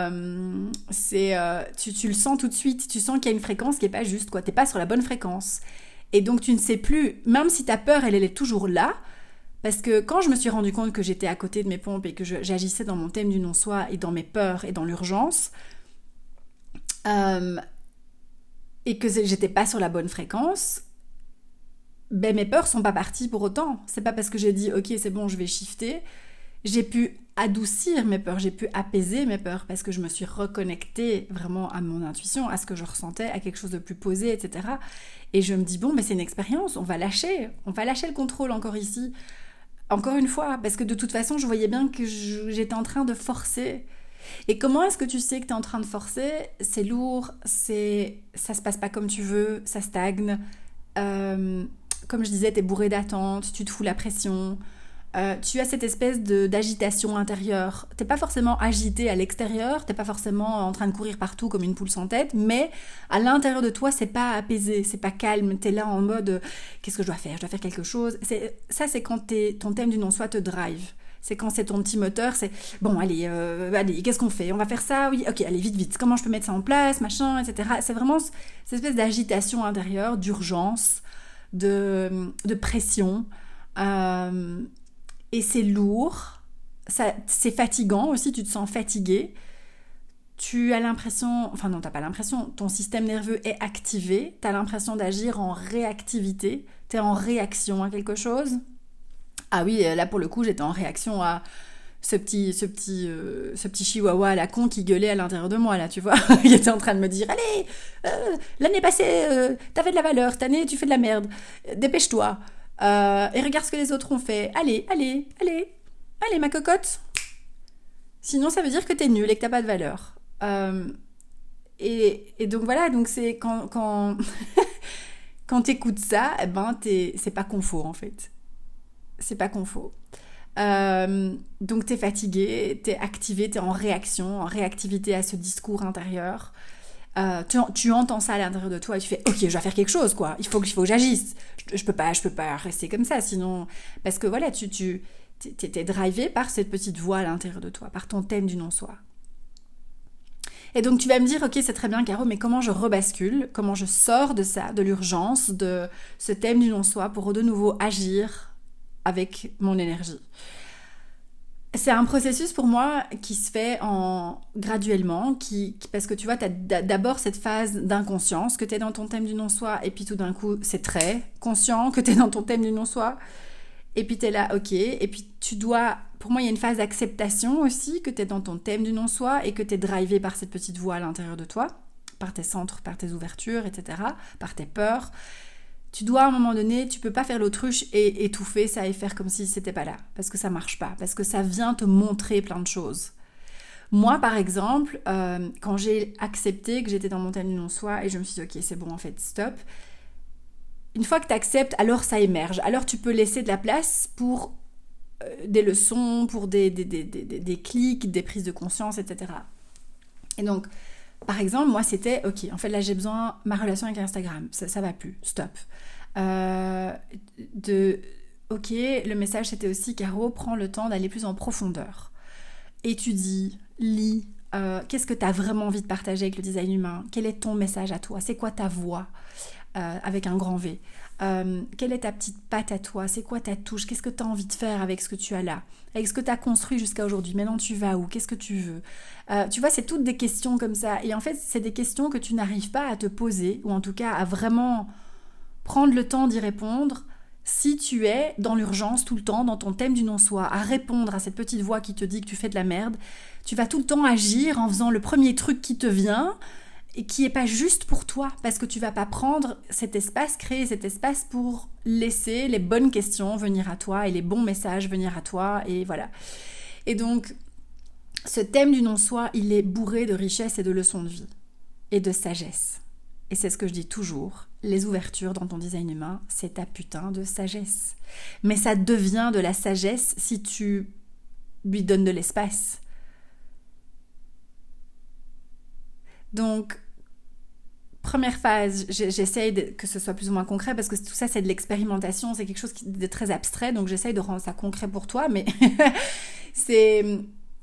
Tu le sens tout de suite, tu sens qu'il y a une fréquence qui est pas juste, quoi. T'es pas sur la bonne fréquence. Et donc tu ne sais plus, même si ta peur, elle est toujours là, parce que quand je me suis rendu compte que j'étais à côté de mes pompes et que j'agissais dans mon thème du non-soi et dans mes peurs et dans l'urgence, et que j'étais pas sur la bonne fréquence, mes peurs sont pas parties pour autant. C'est pas parce que j'ai dit ok, c'est bon, je vais shifter. J'ai pu adoucir mes peurs, j'ai pu apaiser mes peurs parce que je me suis reconnectée vraiment à mon intuition, à ce que je ressentais, à quelque chose de plus posé, etc. Et je me dis bon, mais c'est une expérience, on va lâcher le contrôle encore ici, encore une fois, parce que de toute façon, je voyais bien que j'étais en train de forcer. Et comment est-ce que tu sais que tu es en train de forcer ? C'est lourd, ça se passe pas comme tu veux, ça stagne. Comme je disais, t'es bourré d'attentes, tu te fous la pression. Tu as cette espèce d'agitation intérieure. T'es pas forcément agité à l'extérieur, t'es pas forcément en train de courir partout comme une poule sans tête, mais à l'intérieur de toi, c'est pas apaisé, c'est pas calme. T'es là en mode qu'est-ce que je dois faire ? Je dois faire quelque chose. Ça, c'est quand ton thème du non-soi te drive. C'est quand c'est ton petit moteur, c'est bon, allez, qu'est-ce qu'on fait ? On va faire ça, oui, ok, allez, vite, comment je peux mettre ça en place, machin, etc. C'est vraiment cette espèce d'agitation intérieure, d'urgence, de pression. Et c'est lourd, c'est fatigant aussi, tu te sens fatigué. Tu as l'impression, enfin non, t'as pas l'impression, ton système nerveux est activé, t'as l'impression d'agir en réactivité, t'es en réaction à quelque chose. Ah oui, là pour le coup, j'étais en réaction à ce petit chihuahua à la con qui gueulait à l'intérieur de moi, là, tu vois. Il était en train de me dire, allez, l'année passée, t'as fait de la valeur, cette année, tu fais de la merde, dépêche-toi. Et regarde ce que les autres ont fait. Allez, ma cocotte. Sinon, ça veut dire que t'es nulle et que t'as pas de valeur. Et donc voilà, donc c'est quand quand t'écoutes ça, c'est pas confort en fait. C'est pas confort. Donc t'es fatigué, t'es activé, t'es en réactivité à ce discours intérieur. Tu entends ça à l'intérieur de toi et tu fais ok, je dois faire quelque chose, quoi. Il faut que j'agisse. Je peux pas rester comme ça, sinon, parce que voilà, t'es drivé par cette petite voix à l'intérieur de toi, par ton thème du non-soi. Et donc tu vas me dire ok, c'est très bien Caro, mais comment je rebascule, comment je sors de ça, de l'urgence, de ce thème du non-soi pour de nouveau agir avec mon énergie. C'est un processus pour moi qui se fait graduellement, parce que tu vois, tu as d'abord cette phase d'inconscience, que tu es dans ton thème du non-soi, et puis tout d'un coup, c'est très conscient que tu es dans ton thème du non-soi, et puis tu es là, ok, et puis pour moi, il y a une phase d'acceptation aussi, que tu es dans ton thème du non-soi, et que tu es drivé par cette petite voix à l'intérieur de toi, par tes centres, par tes ouvertures, etc., par tes peurs. Tu dois à un moment donné, tu peux pas faire l'autruche et étouffer ça et faire comme si c'était pas là, parce que ça marche pas, parce que ça vient te montrer plein de choses. Moi, par exemple, quand j'ai accepté que j'étais dans mon thème du non-soi et je me suis dit ok, c'est bon, en fait, stop. Une fois que tu acceptes, alors ça émerge. Alors tu peux laisser de la place pour des leçons, pour des clics, des prises de conscience, etc. Et donc, par exemple, moi, c'était ok, en fait, là, j'ai besoin, ma relation avec Instagram, ça va plus, stop. de ok, le message c'était aussi Caro, prends le temps d'aller plus en profondeur. Étudie, lis, qu'est-ce que tu as vraiment envie de partager avec le design humain? Quel est ton message à toi? C'est quoi ta voix avec un grand V? Quelle est ta petite patte à toi? C'est quoi ta touche? Qu'est-ce que tu as envie de faire avec ce que tu as là? Avec ce que tu as construit jusqu'à aujourd'hui? Maintenant tu vas où? Qu'est-ce que tu veux? Tu vois, c'est toutes des questions comme ça. Et en fait, c'est des questions que tu n'arrives pas à te poser, ou en tout cas à vraiment prendre le temps d'y répondre, si tu es dans l'urgence tout le temps, dans ton thème du non-soi, à répondre à cette petite voix qui te dit que tu fais de la merde. Tu vas tout le temps agir en faisant le premier truc qui te vient et qui n'est pas juste pour toi, parce que tu vas pas prendre cet espace, créer cet espace pour laisser les bonnes questions venir à toi et les bons messages venir à toi, et voilà. Et donc, ce thème du non-soi, il est bourré de richesse et de leçons de vie et de sagesse. Et c'est ce que je dis toujours, les ouvertures dans ton design humain, c'est ta putain de sagesse. Mais ça devient de la sagesse si tu lui donnes de l'espace. Donc, première phase, j'essaye que ce soit plus ou moins concret, parce que tout ça c'est de l'expérimentation, c'est quelque chose de très abstrait, donc j'essaye de rendre ça concret pour toi, mais c'est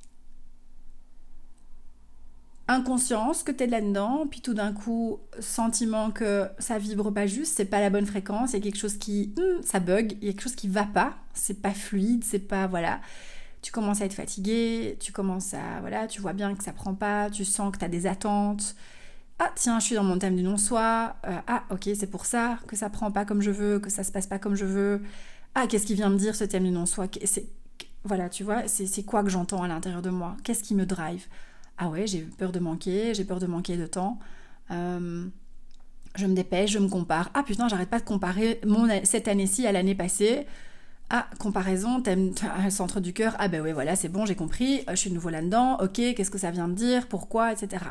inconscience que t'es là-dedans, puis tout d'un coup, sentiment que ça vibre pas juste, c'est pas la bonne fréquence, il y a quelque chose qui, ça bug, il y a quelque chose qui va pas, c'est pas fluide, c'est pas, voilà. Tu commences à être fatigué, tu commences à, voilà, tu vois bien que ça prend pas, tu sens que t'as des attentes. Ah tiens, je suis dans mon thème du non-soi, ah ok, c'est pour ça que ça prend pas comme je veux, que ça se passe pas comme je veux. Ah, qu'est-ce qu'il vient me dire ce thème du non-soi? Voilà, tu vois, c'est quoi que j'entends à l'intérieur de moi? Qu'est-ce qui me drive? Ah ouais, j'ai peur de manquer de temps. Je me dépêche, je me compare. Ah putain, j'arrête pas de comparer cette année-ci à l'année passée. Ah, comparaison, t'aimes un centre du cœur. Ah ben ouais, voilà, c'est bon, j'ai compris. Je suis de nouveau là-dedans. Ok, qu'est-ce que ça vient de dire? Pourquoi? Etc.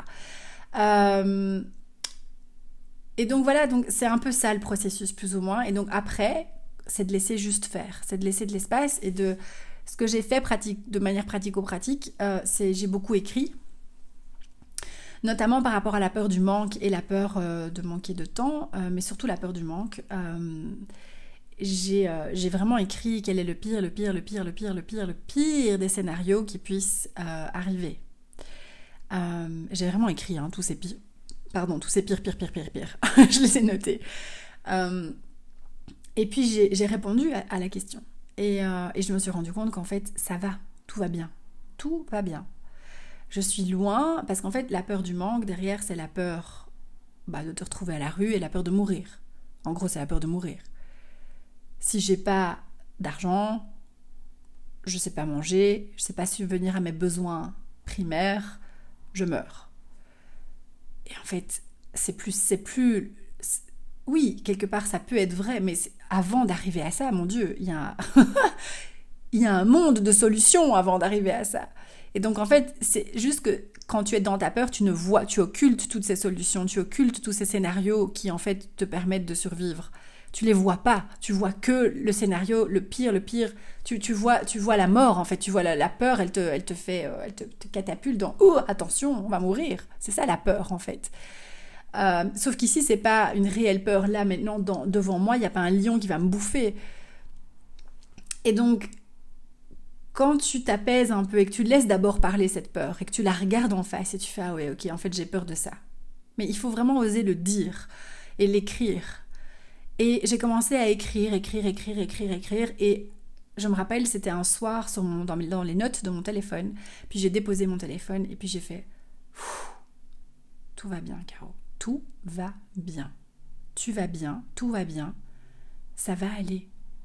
Et donc voilà, donc c'est un peu ça le processus plus ou moins. Et donc après, c'est de laisser juste faire. C'est de laisser de l'espace et de... Ce que j'ai fait de manière pratico-pratique, c'est j'ai beaucoup écrit. Notamment par rapport à la peur du manque et la peur de manquer de temps, mais surtout la peur du manque. J'ai vraiment écrit quel est le pire des scénarios qui puissent arriver. J'ai vraiment écrit tous ces pires. Pardon, tous ces pires. Je les ai notés. Et puis j'ai répondu à la question. Et je me suis rendu compte qu'en fait, ça va, tout va bien. Tout va bien. Je suis loin, parce qu'en fait, la peur du manque, derrière, c'est la peur de te retrouver à la rue et la peur de mourir. En gros, c'est la peur de mourir. Si j'ai pas d'argent, je sais pas manger, je sais pas subvenir à mes besoins primaires, je meurs. Et en fait, c'est plus... Oui, quelque part, ça peut être vrai, mais avant d'arriver à ça, mon Dieu, il y a un monde de solutions avant d'arriver à ça. Et donc, en fait, c'est juste que quand tu es dans ta peur, tu occultes toutes ces solutions, tu occultes tous ces scénarios qui, en fait, te permettent de survivre. Tu les vois pas, tu vois que le scénario, le pire, tu vois la mort, en fait, tu vois la peur, elle te catapulte dans « Oh, attention, on va mourir !» C'est ça la peur, en fait. Sauf qu'ici, c'est pas une réelle peur. Là, maintenant, devant moi, il n'y a pas un lion qui va me bouffer. Et donc, quand tu t'apaises un peu et que tu laisses d'abord parler cette peur et que tu la regardes en face et tu fais « Ah ouais, ok, en fait, j'ai peur de ça. » Mais il faut vraiment oser le dire et l'écrire. Et j'ai commencé à écrire. Et je me rappelle, c'était un soir dans les notes de mon téléphone. Puis j'ai déposé mon téléphone et puis j'ai fait « Tout va bien, Caro. Tout va bien. Tu vas bien, tout va bien. Ça va aller. »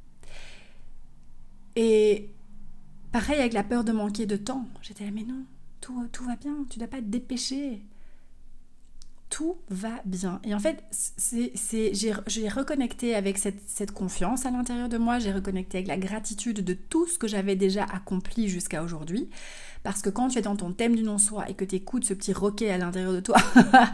Et pareil avec la peur de manquer de temps. J'étais là, mais non, tout va bien, tu ne dois pas te dépêcher. Tout va bien. Et en fait, j'ai reconnecté avec cette confiance à l'intérieur de moi, j'ai reconnecté avec la gratitude de tout ce que j'avais déjà accompli jusqu'à aujourd'hui. Parce que quand tu es dans ton thème du non-soi et que tu écoutes ce petit roquet à l'intérieur de toi,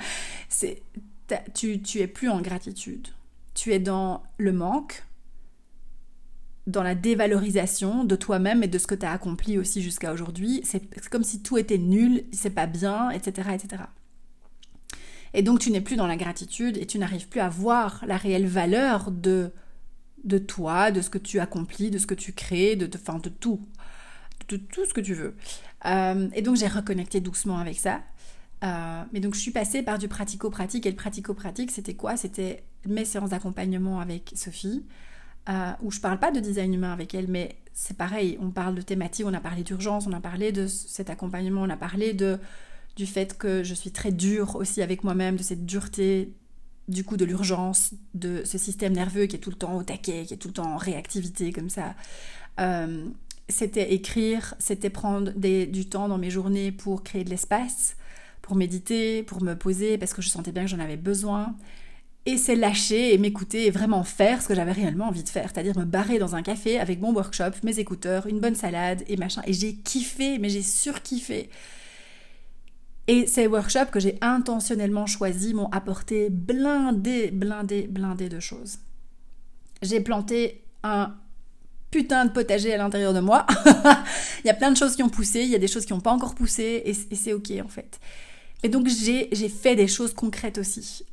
tu es plus en gratitude. Tu es dans le manque, dans la dévalorisation de toi-même et de ce que tu as accompli aussi jusqu'à aujourd'hui. C'est comme si tout était nul, c'est pas bien, etc., etc. Et donc tu n'es plus dans la gratitude et tu n'arrives plus à voir la réelle valeur de toi, de ce que tu accomplis, de ce que tu crées, de tout ce que tu veux. Et donc j'ai reconnecté doucement avec ça. Mais donc je suis passée par du pratico-pratique, et le pratico-pratique c'était quoi? C'était mes séances d'accompagnement avec Sophie, où je parle pas de design humain avec elle, mais c'est pareil, on parle de thématiques, on a parlé d'urgence, on a parlé de cet accompagnement, on a parlé du fait que je suis très dure aussi avec moi-même, de cette dureté, du coup de l'urgence, de ce système nerveux qui est tout le temps au taquet, qui est tout le temps en réactivité comme ça. C'était écrire, c'était prendre du temps dans mes journées pour créer de l'espace, pour méditer, pour me poser, parce que je sentais bien que j'en avais besoin. Et c'est lâcher et m'écouter et vraiment faire ce que j'avais réellement envie de faire, c'est-à-dire me barrer dans un café avec mon workshop, mes écouteurs, une bonne salade et machin. Et j'ai kiffé, mais j'ai surkiffé. Et ces workshops que j'ai intentionnellement choisis m'ont apporté blindé de choses. J'ai planté un putain de potager à l'intérieur de moi. Il y a plein de choses qui ont poussé, il y a des choses qui n'ont pas encore poussé, et c'est ok en fait. Et donc j'ai fait des choses concrètes aussi.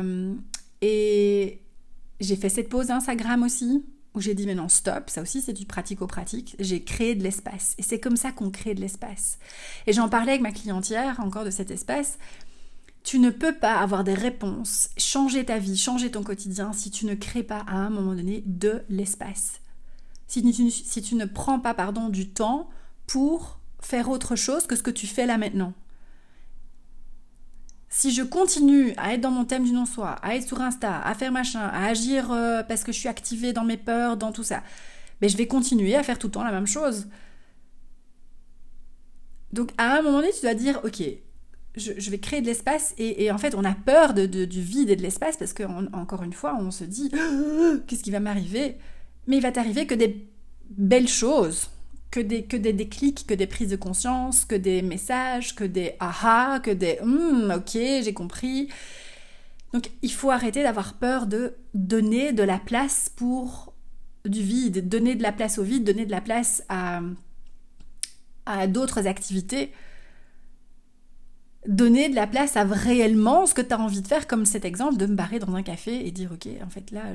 Et j'ai fait cette pause Instagram aussi, où j'ai dit mais non stop, ça aussi c'est du pratico-pratique. J'ai créé de l'espace. Et c'est comme ça qu'on crée de l'espace. Et j'en parlais avec ma cliente hier encore de cet espace. Tu ne peux pas avoir des réponses, changer ta vie, changer ton quotidien si tu ne crées pas à un moment donné de l'espace. Si tu ne prends pas du temps pour faire autre chose que ce que tu fais là maintenant. Si je continue à être dans mon thème du non-soi, à être sur Insta, à faire machin, à agir parce que je suis activée dans mes peurs, dans tout ça, mais je vais continuer à faire tout le temps la même chose. Donc à un moment donné, tu dois dire, ok, je vais créer de l'espace et en fait on a peur du vide et de l'espace parce qu'encore une fois on se dit qu'est-ce qui va m'arriver? Mais il va t'arriver que des belles choses, que des déclics, que des prises de conscience, que des messages, que des aha, que des ok, j'ai compris. Donc il faut arrêter d'avoir peur de donner de la place pour du vide, donner de la place au vide, donner de la place à d'autres activités, donner de la place à réellement ce que tu as envie de faire, comme cet exemple de me barrer dans un café et dire ok, en fait là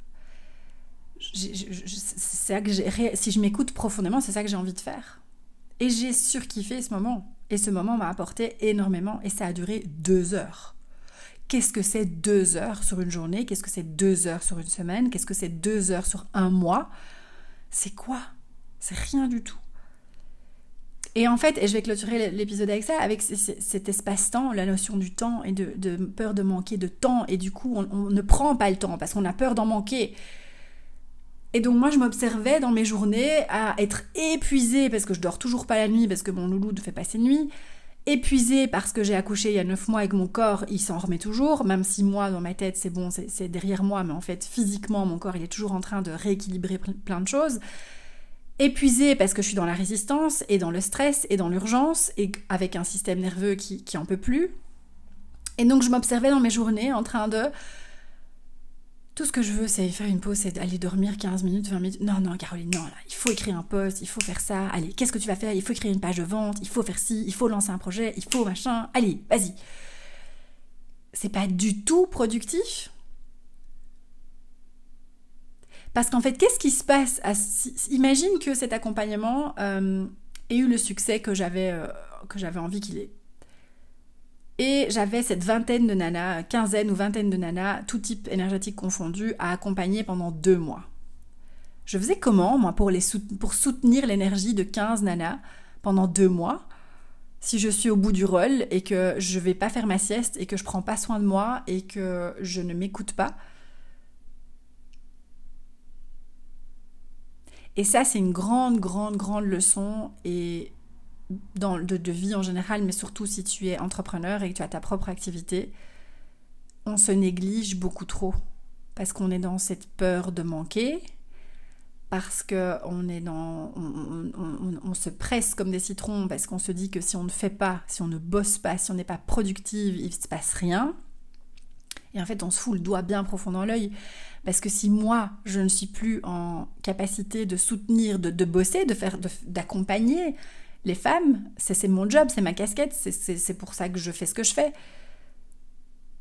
c'est ça que si je m'écoute profondément, c'est ça que j'ai envie de faire. Et j'ai surkiffé ce moment. Et ce moment m'a apporté énormément. Et ça a duré 2 heures. Qu'est-ce que c'est 2 heures sur une journée? Qu'est-ce que c'est 2 heures sur une semaine? Qu'est-ce que c'est 2 heures sur un mois? C'est quoi? C'est rien du tout. Et en fait, et je vais clôturer l'épisode avec ça, avec cet espace-temps, la notion du temps et de peur de manquer de temps. Et du coup, on ne prend pas le temps parce qu'on a peur d'en manquer. Et donc moi je m'observais dans mes journées à être épuisée parce que je dors toujours pas la nuit parce que mon loulou ne fait pas ses nuits, épuisée parce que j'ai accouché il y a 9 mois et que mon corps il s'en remet toujours, même si moi dans ma tête c'est bon, c'est derrière moi, mais en fait physiquement mon corps il est toujours en train de rééquilibrer plein de choses, épuisée parce que je suis dans la résistance et dans le stress et dans l'urgence et avec un système nerveux qui en peut plus. Et donc je m'observais dans mes journées en train de... Tout ce que je veux, c'est faire une pause, c'est aller dormir 15 minutes, 20 minutes. Non, Caroline, non, là, il faut écrire un post, il faut faire ça. Allez, qu'est-ce que tu vas faire? Il faut écrire une page de vente, il faut faire ci, il faut lancer un projet, il faut machin. Allez, vas-y. C'est pas du tout productif. Parce qu'en fait, qu'est-ce qui se passe? Imagine que cet accompagnement ait eu le succès que j'avais envie qu'il ait. Et j'avais cette vingtaine de nanas, quinzaine ou vingtaine de nanas, tout type énergétique confondu, à accompagner pendant 2 mois. Je faisais comment, moi, pour soutenir l'énergie de 15 nanas pendant 2 mois, si je suis au bout du rôle et que je vais pas faire ma sieste et que je prends pas soin de moi et que je ne m'écoute pas? Et ça, c'est une grande leçon et... de vie en général, mais surtout si tu es entrepreneur et que tu as ta propre activité, on se néglige beaucoup trop parce qu'on est dans cette peur de manquer, parce qu'on est dans, on se presse comme des citrons parce qu'on se dit que si on ne fait pas, si on ne bosse pas, si on n'est pas productive, il ne se passe rien. Et en fait, on se fout le doigt bien profond dans l'œil. Parce que si moi, je ne suis plus en capacité de soutenir, de bosser, d'accompagner les femmes, c'est mon job, c'est ma casquette, c'est pour ça que je fais ce que je fais.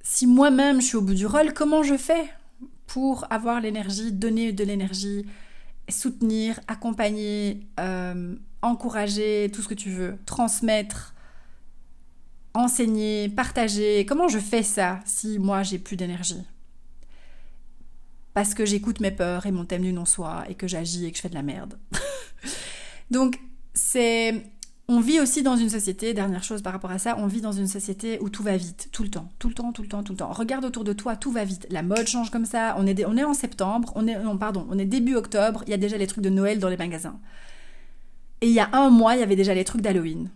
Si moi-même je suis au bout du rôle, comment je fais pour avoir l'énergie, donner de l'énergie, soutenir, accompagner, encourager, tout ce que tu veux, transmettre, enseigner, partager. Comment je fais ça si moi j'ai plus d'énergie? Parce que j'écoute mes peurs et mon thème du non-soi et que j'agis et que je fais de la merde. Donc on vit aussi dans une société, dernière chose par rapport à ça, on vit dans une société où tout va vite, tout le temps. Regarde autour de toi, tout va vite. La mode change comme ça, on est en septembre, on est début octobre, il y a déjà les trucs de Noël dans les magasins. Et il y a un mois, il y avait déjà les trucs d'Halloween.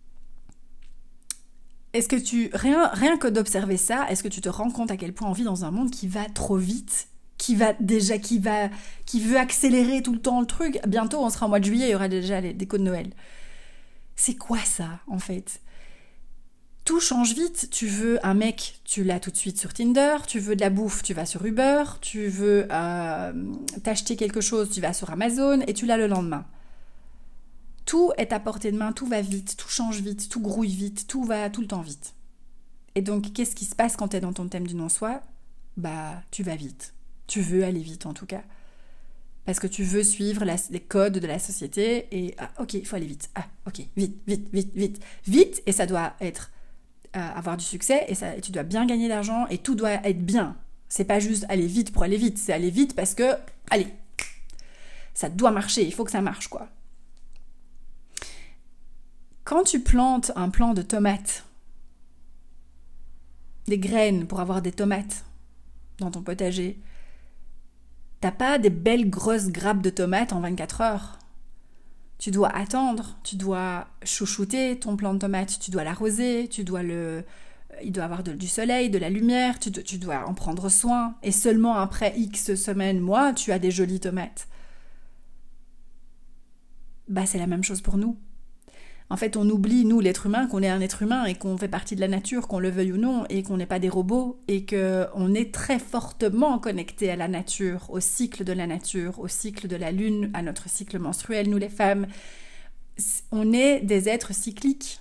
Est-ce que rien que d'observer ça, est-ce que tu te rends compte à quel point on vit dans un monde qui va trop vite, qui veut accélérer tout le temps le truc? Bientôt, on sera en mois de juillet, il y aura déjà les décos de Noël. C'est quoi ça, en fait? Tout change vite. Tu veux un mec, tu l'as tout de suite sur Tinder. Tu veux de la bouffe, tu vas sur Uber. Tu veux t'acheter quelque chose, tu vas sur Amazon et tu l'as le lendemain. Tout est à portée de main, tout va vite, tout change vite, tout grouille vite, tout va tout le temps vite. Et donc, qu'est-ce qui se passe quand tu es dans ton thème du non-soi? Bah, tu vas vite. Tu veux aller vite, en tout cas. Parce que tu veux suivre les codes de la société et ok, il faut aller vite. Ok, vite, et ça doit être avoir du succès et tu dois bien gagner d'argent et tout doit être bien. C'est pas juste aller vite pour aller vite, c'est aller vite parce que, allez, ça doit marcher, il faut que ça marche, quoi. Quand tu plantes un plant de tomates, des graines pour avoir des tomates dans ton potager, t'as pas des belles grosses grappes de tomates en 24 heures. Tu dois attendre, tu dois chouchouter ton plant de tomates, tu dois l'arroser, il doit avoir du soleil, de la lumière, tu dois en prendre soin. Et seulement après X semaines, mois, tu as des jolies tomates. Bah, c'est la même chose pour nous. En fait, on oublie, nous, l'être humain, qu'on est un être humain et qu'on fait partie de la nature, qu'on le veuille ou non, et qu'on n'est pas des robots, et qu'on est très fortement connecté à la nature, au cycle de la nature, au cycle de la lune, à notre cycle menstruel, nous les femmes. On est des êtres cycliques.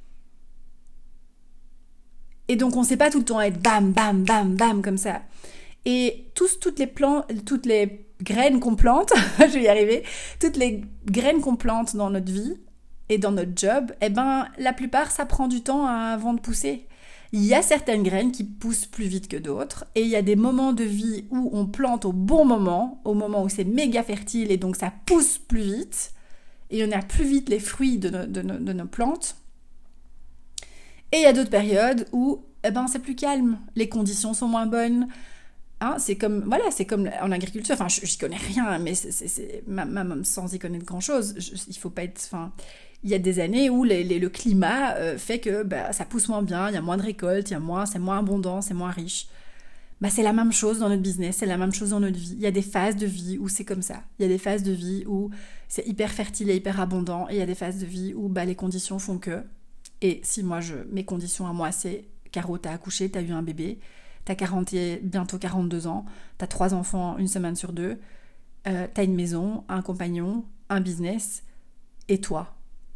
Et donc, on ne sait pas tout le temps être bam, bam, bam, bam, comme ça. Et toutes les graines qu'on plante, je vais y arriver, toutes les graines qu'on plante dans notre vie, et dans notre job, la plupart, ça prend du temps avant de pousser. Il y a certaines graines qui poussent plus vite que d'autres, et il y a des moments de vie où on plante au bon moment, au moment où c'est méga fertile, et donc ça pousse plus vite, et on a plus vite les fruits de nos plantes. Et il y a d'autres périodes où c'est plus calme, les conditions sont moins bonnes. C'est comme en agriculture, enfin j'y connais rien, mais même sans y connaître grand chose, il faut pas être, il y a des années où le climat fait que ça pousse moins bien, il y a moins de récoltes, c'est moins abondant, c'est moins riche. C'est la même chose dans notre business, c'est la même chose dans notre vie. Il y a des phases de vie où c'est comme ça. Il y a des phases de vie où c'est hyper fertile et hyper abondant, et il y a des phases de vie où les conditions font que. Et si mes conditions à moi, c'est Caro, t'as accouché, t'as eu un bébé, t'as bientôt 42 ans, t'as 3 enfants une semaine sur 2, t'as une maison, un compagnon, un business, et toi.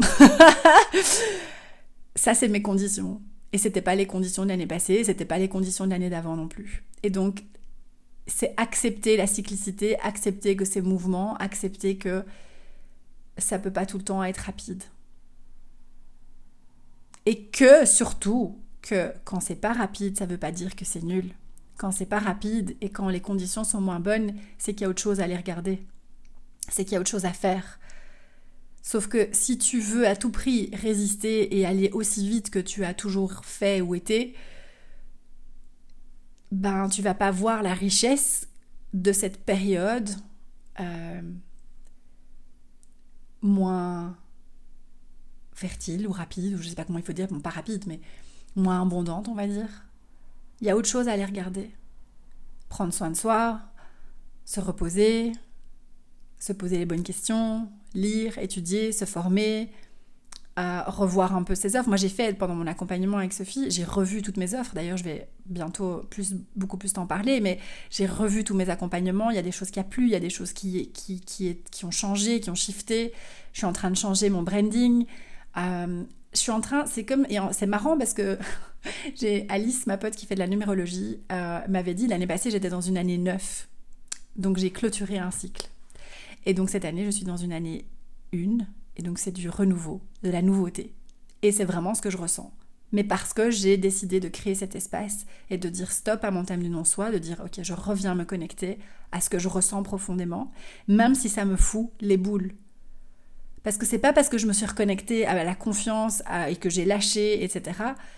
Ça, c'est mes conditions. Et c'était pas les conditions de l'année passée, c'était pas les conditions de l'année d'avant non plus. Et donc, c'est accepter la cyclicité, accepter que ces mouvements, accepter que ça peut pas tout le temps être rapide. Et que, surtout, que quand c'est pas rapide, ça veut pas dire que c'est nul. Quand c'est pas rapide et quand les conditions sont moins bonnes, c'est qu'il y a autre chose à aller regarder. C'est qu'il y a autre chose à faire. Sauf que si tu veux à tout prix résister et aller aussi vite que tu as toujours fait ou été, tu vas pas voir la richesse de cette période moins fertile ou rapide, ou je sais pas comment il faut dire, pas rapide, mais moins abondante, on va dire. Il y a autre chose à aller regarder. Prendre soin de soi, se reposer, se poser les bonnes questions, lire, étudier, se former, revoir un peu ses offres. Moi, j'ai fait, pendant mon accompagnement avec Sophie, j'ai revu toutes mes offres. D'ailleurs, je vais bientôt beaucoup plus t'en parler, mais j'ai revu tous mes accompagnements. Il y a des choses qui a plu, il y a des choses qui ont changé, qui ont shifté. Je suis en train de changer mon branding. C'est marrant parce que J'ai Alice, ma pote qui fait de la numérologie, m'avait dit l'année passée j'étais dans une année 9. Donc j'ai clôturé un cycle. Et donc cette année je suis dans une année 1. Et donc c'est du renouveau, de la nouveauté. Et c'est vraiment ce que je ressens. Mais parce que j'ai décidé de créer cet espace et de dire stop à mon thème du non-soi, de dire ok, je reviens me connecter à ce que je ressens profondément, même si ça me fout les boules. Parce que c'est pas parce que je me suis reconnectée à la confiance et que j'ai lâché, etc.,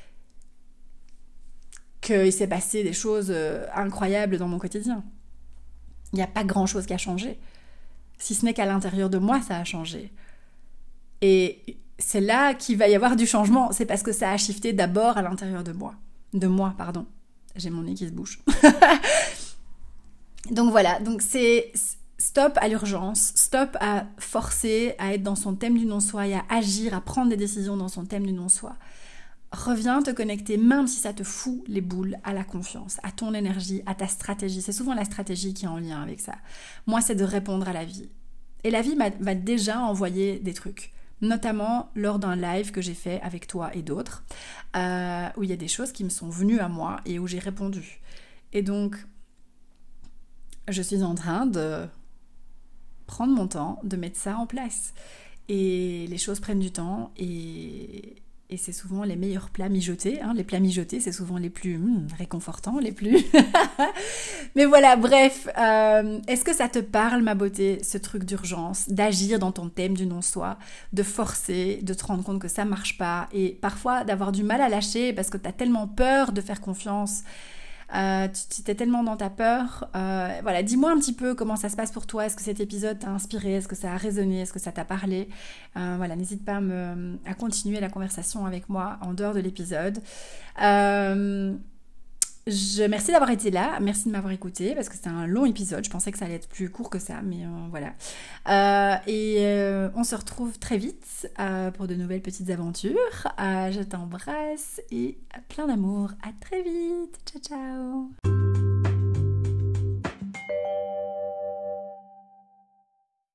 qu'il s'est passé des choses incroyables dans mon quotidien. Il n'y a pas grand-chose qui a changé. Si ce n'est qu'à l'intérieur de moi, ça a changé. Et c'est là qu'il va y avoir du changement. C'est parce que ça a shifté d'abord à l'intérieur de moi. De moi, pardon. J'ai mon nez qui se bouche. Donc voilà, donc c'est stop à l'urgence, stop à forcer, à être dans son thème du non-soi et à agir, à prendre des décisions dans son thème du non-soi. Reviens te connecter, même si ça te fout les boules, à la confiance, à ton énergie, à ta stratégie. C'est souvent la stratégie qui est en lien avec ça. Moi, c'est de répondre à la vie. Et la vie m'a déjà envoyé des trucs, notamment lors d'un live que j'ai fait avec toi et d'autres, où il y a des choses qui me sont venues à moi et où j'ai répondu. Et donc, je suis en train de prendre mon temps, de mettre ça en place. Et les choses prennent du temps et c'est souvent les meilleurs plats mijotés. Hein. Les plats mijotés, c'est souvent les plus réconfortants, les plus... Mais voilà, bref. Est-ce que ça te parle, ma beauté, ce truc d'urgence, d'agir dans ton thème du non-soi, de forcer, de te rendre compte que ça marche pas et parfois d'avoir du mal à lâcher parce que t'as tellement peur de faire confiance, tu t'es tellement dans ta peur. Voilà, dis-moi un petit peu comment ça se passe pour toi. Est-ce que cet épisode t'a inspiré? Est-ce que ça a résonné? Est-ce que ça t'a parlé? Voilà, n'hésite pas à continuer la conversation avec moi en dehors de l'épisode. Merci d'avoir été là, merci de m'avoir écouté parce que c'était un long épisode, je pensais que ça allait être plus court que ça, mais voilà. On se retrouve très vite pour de nouvelles petites aventures. Je t'embrasse et plein d'amour, à très vite, ciao ciao.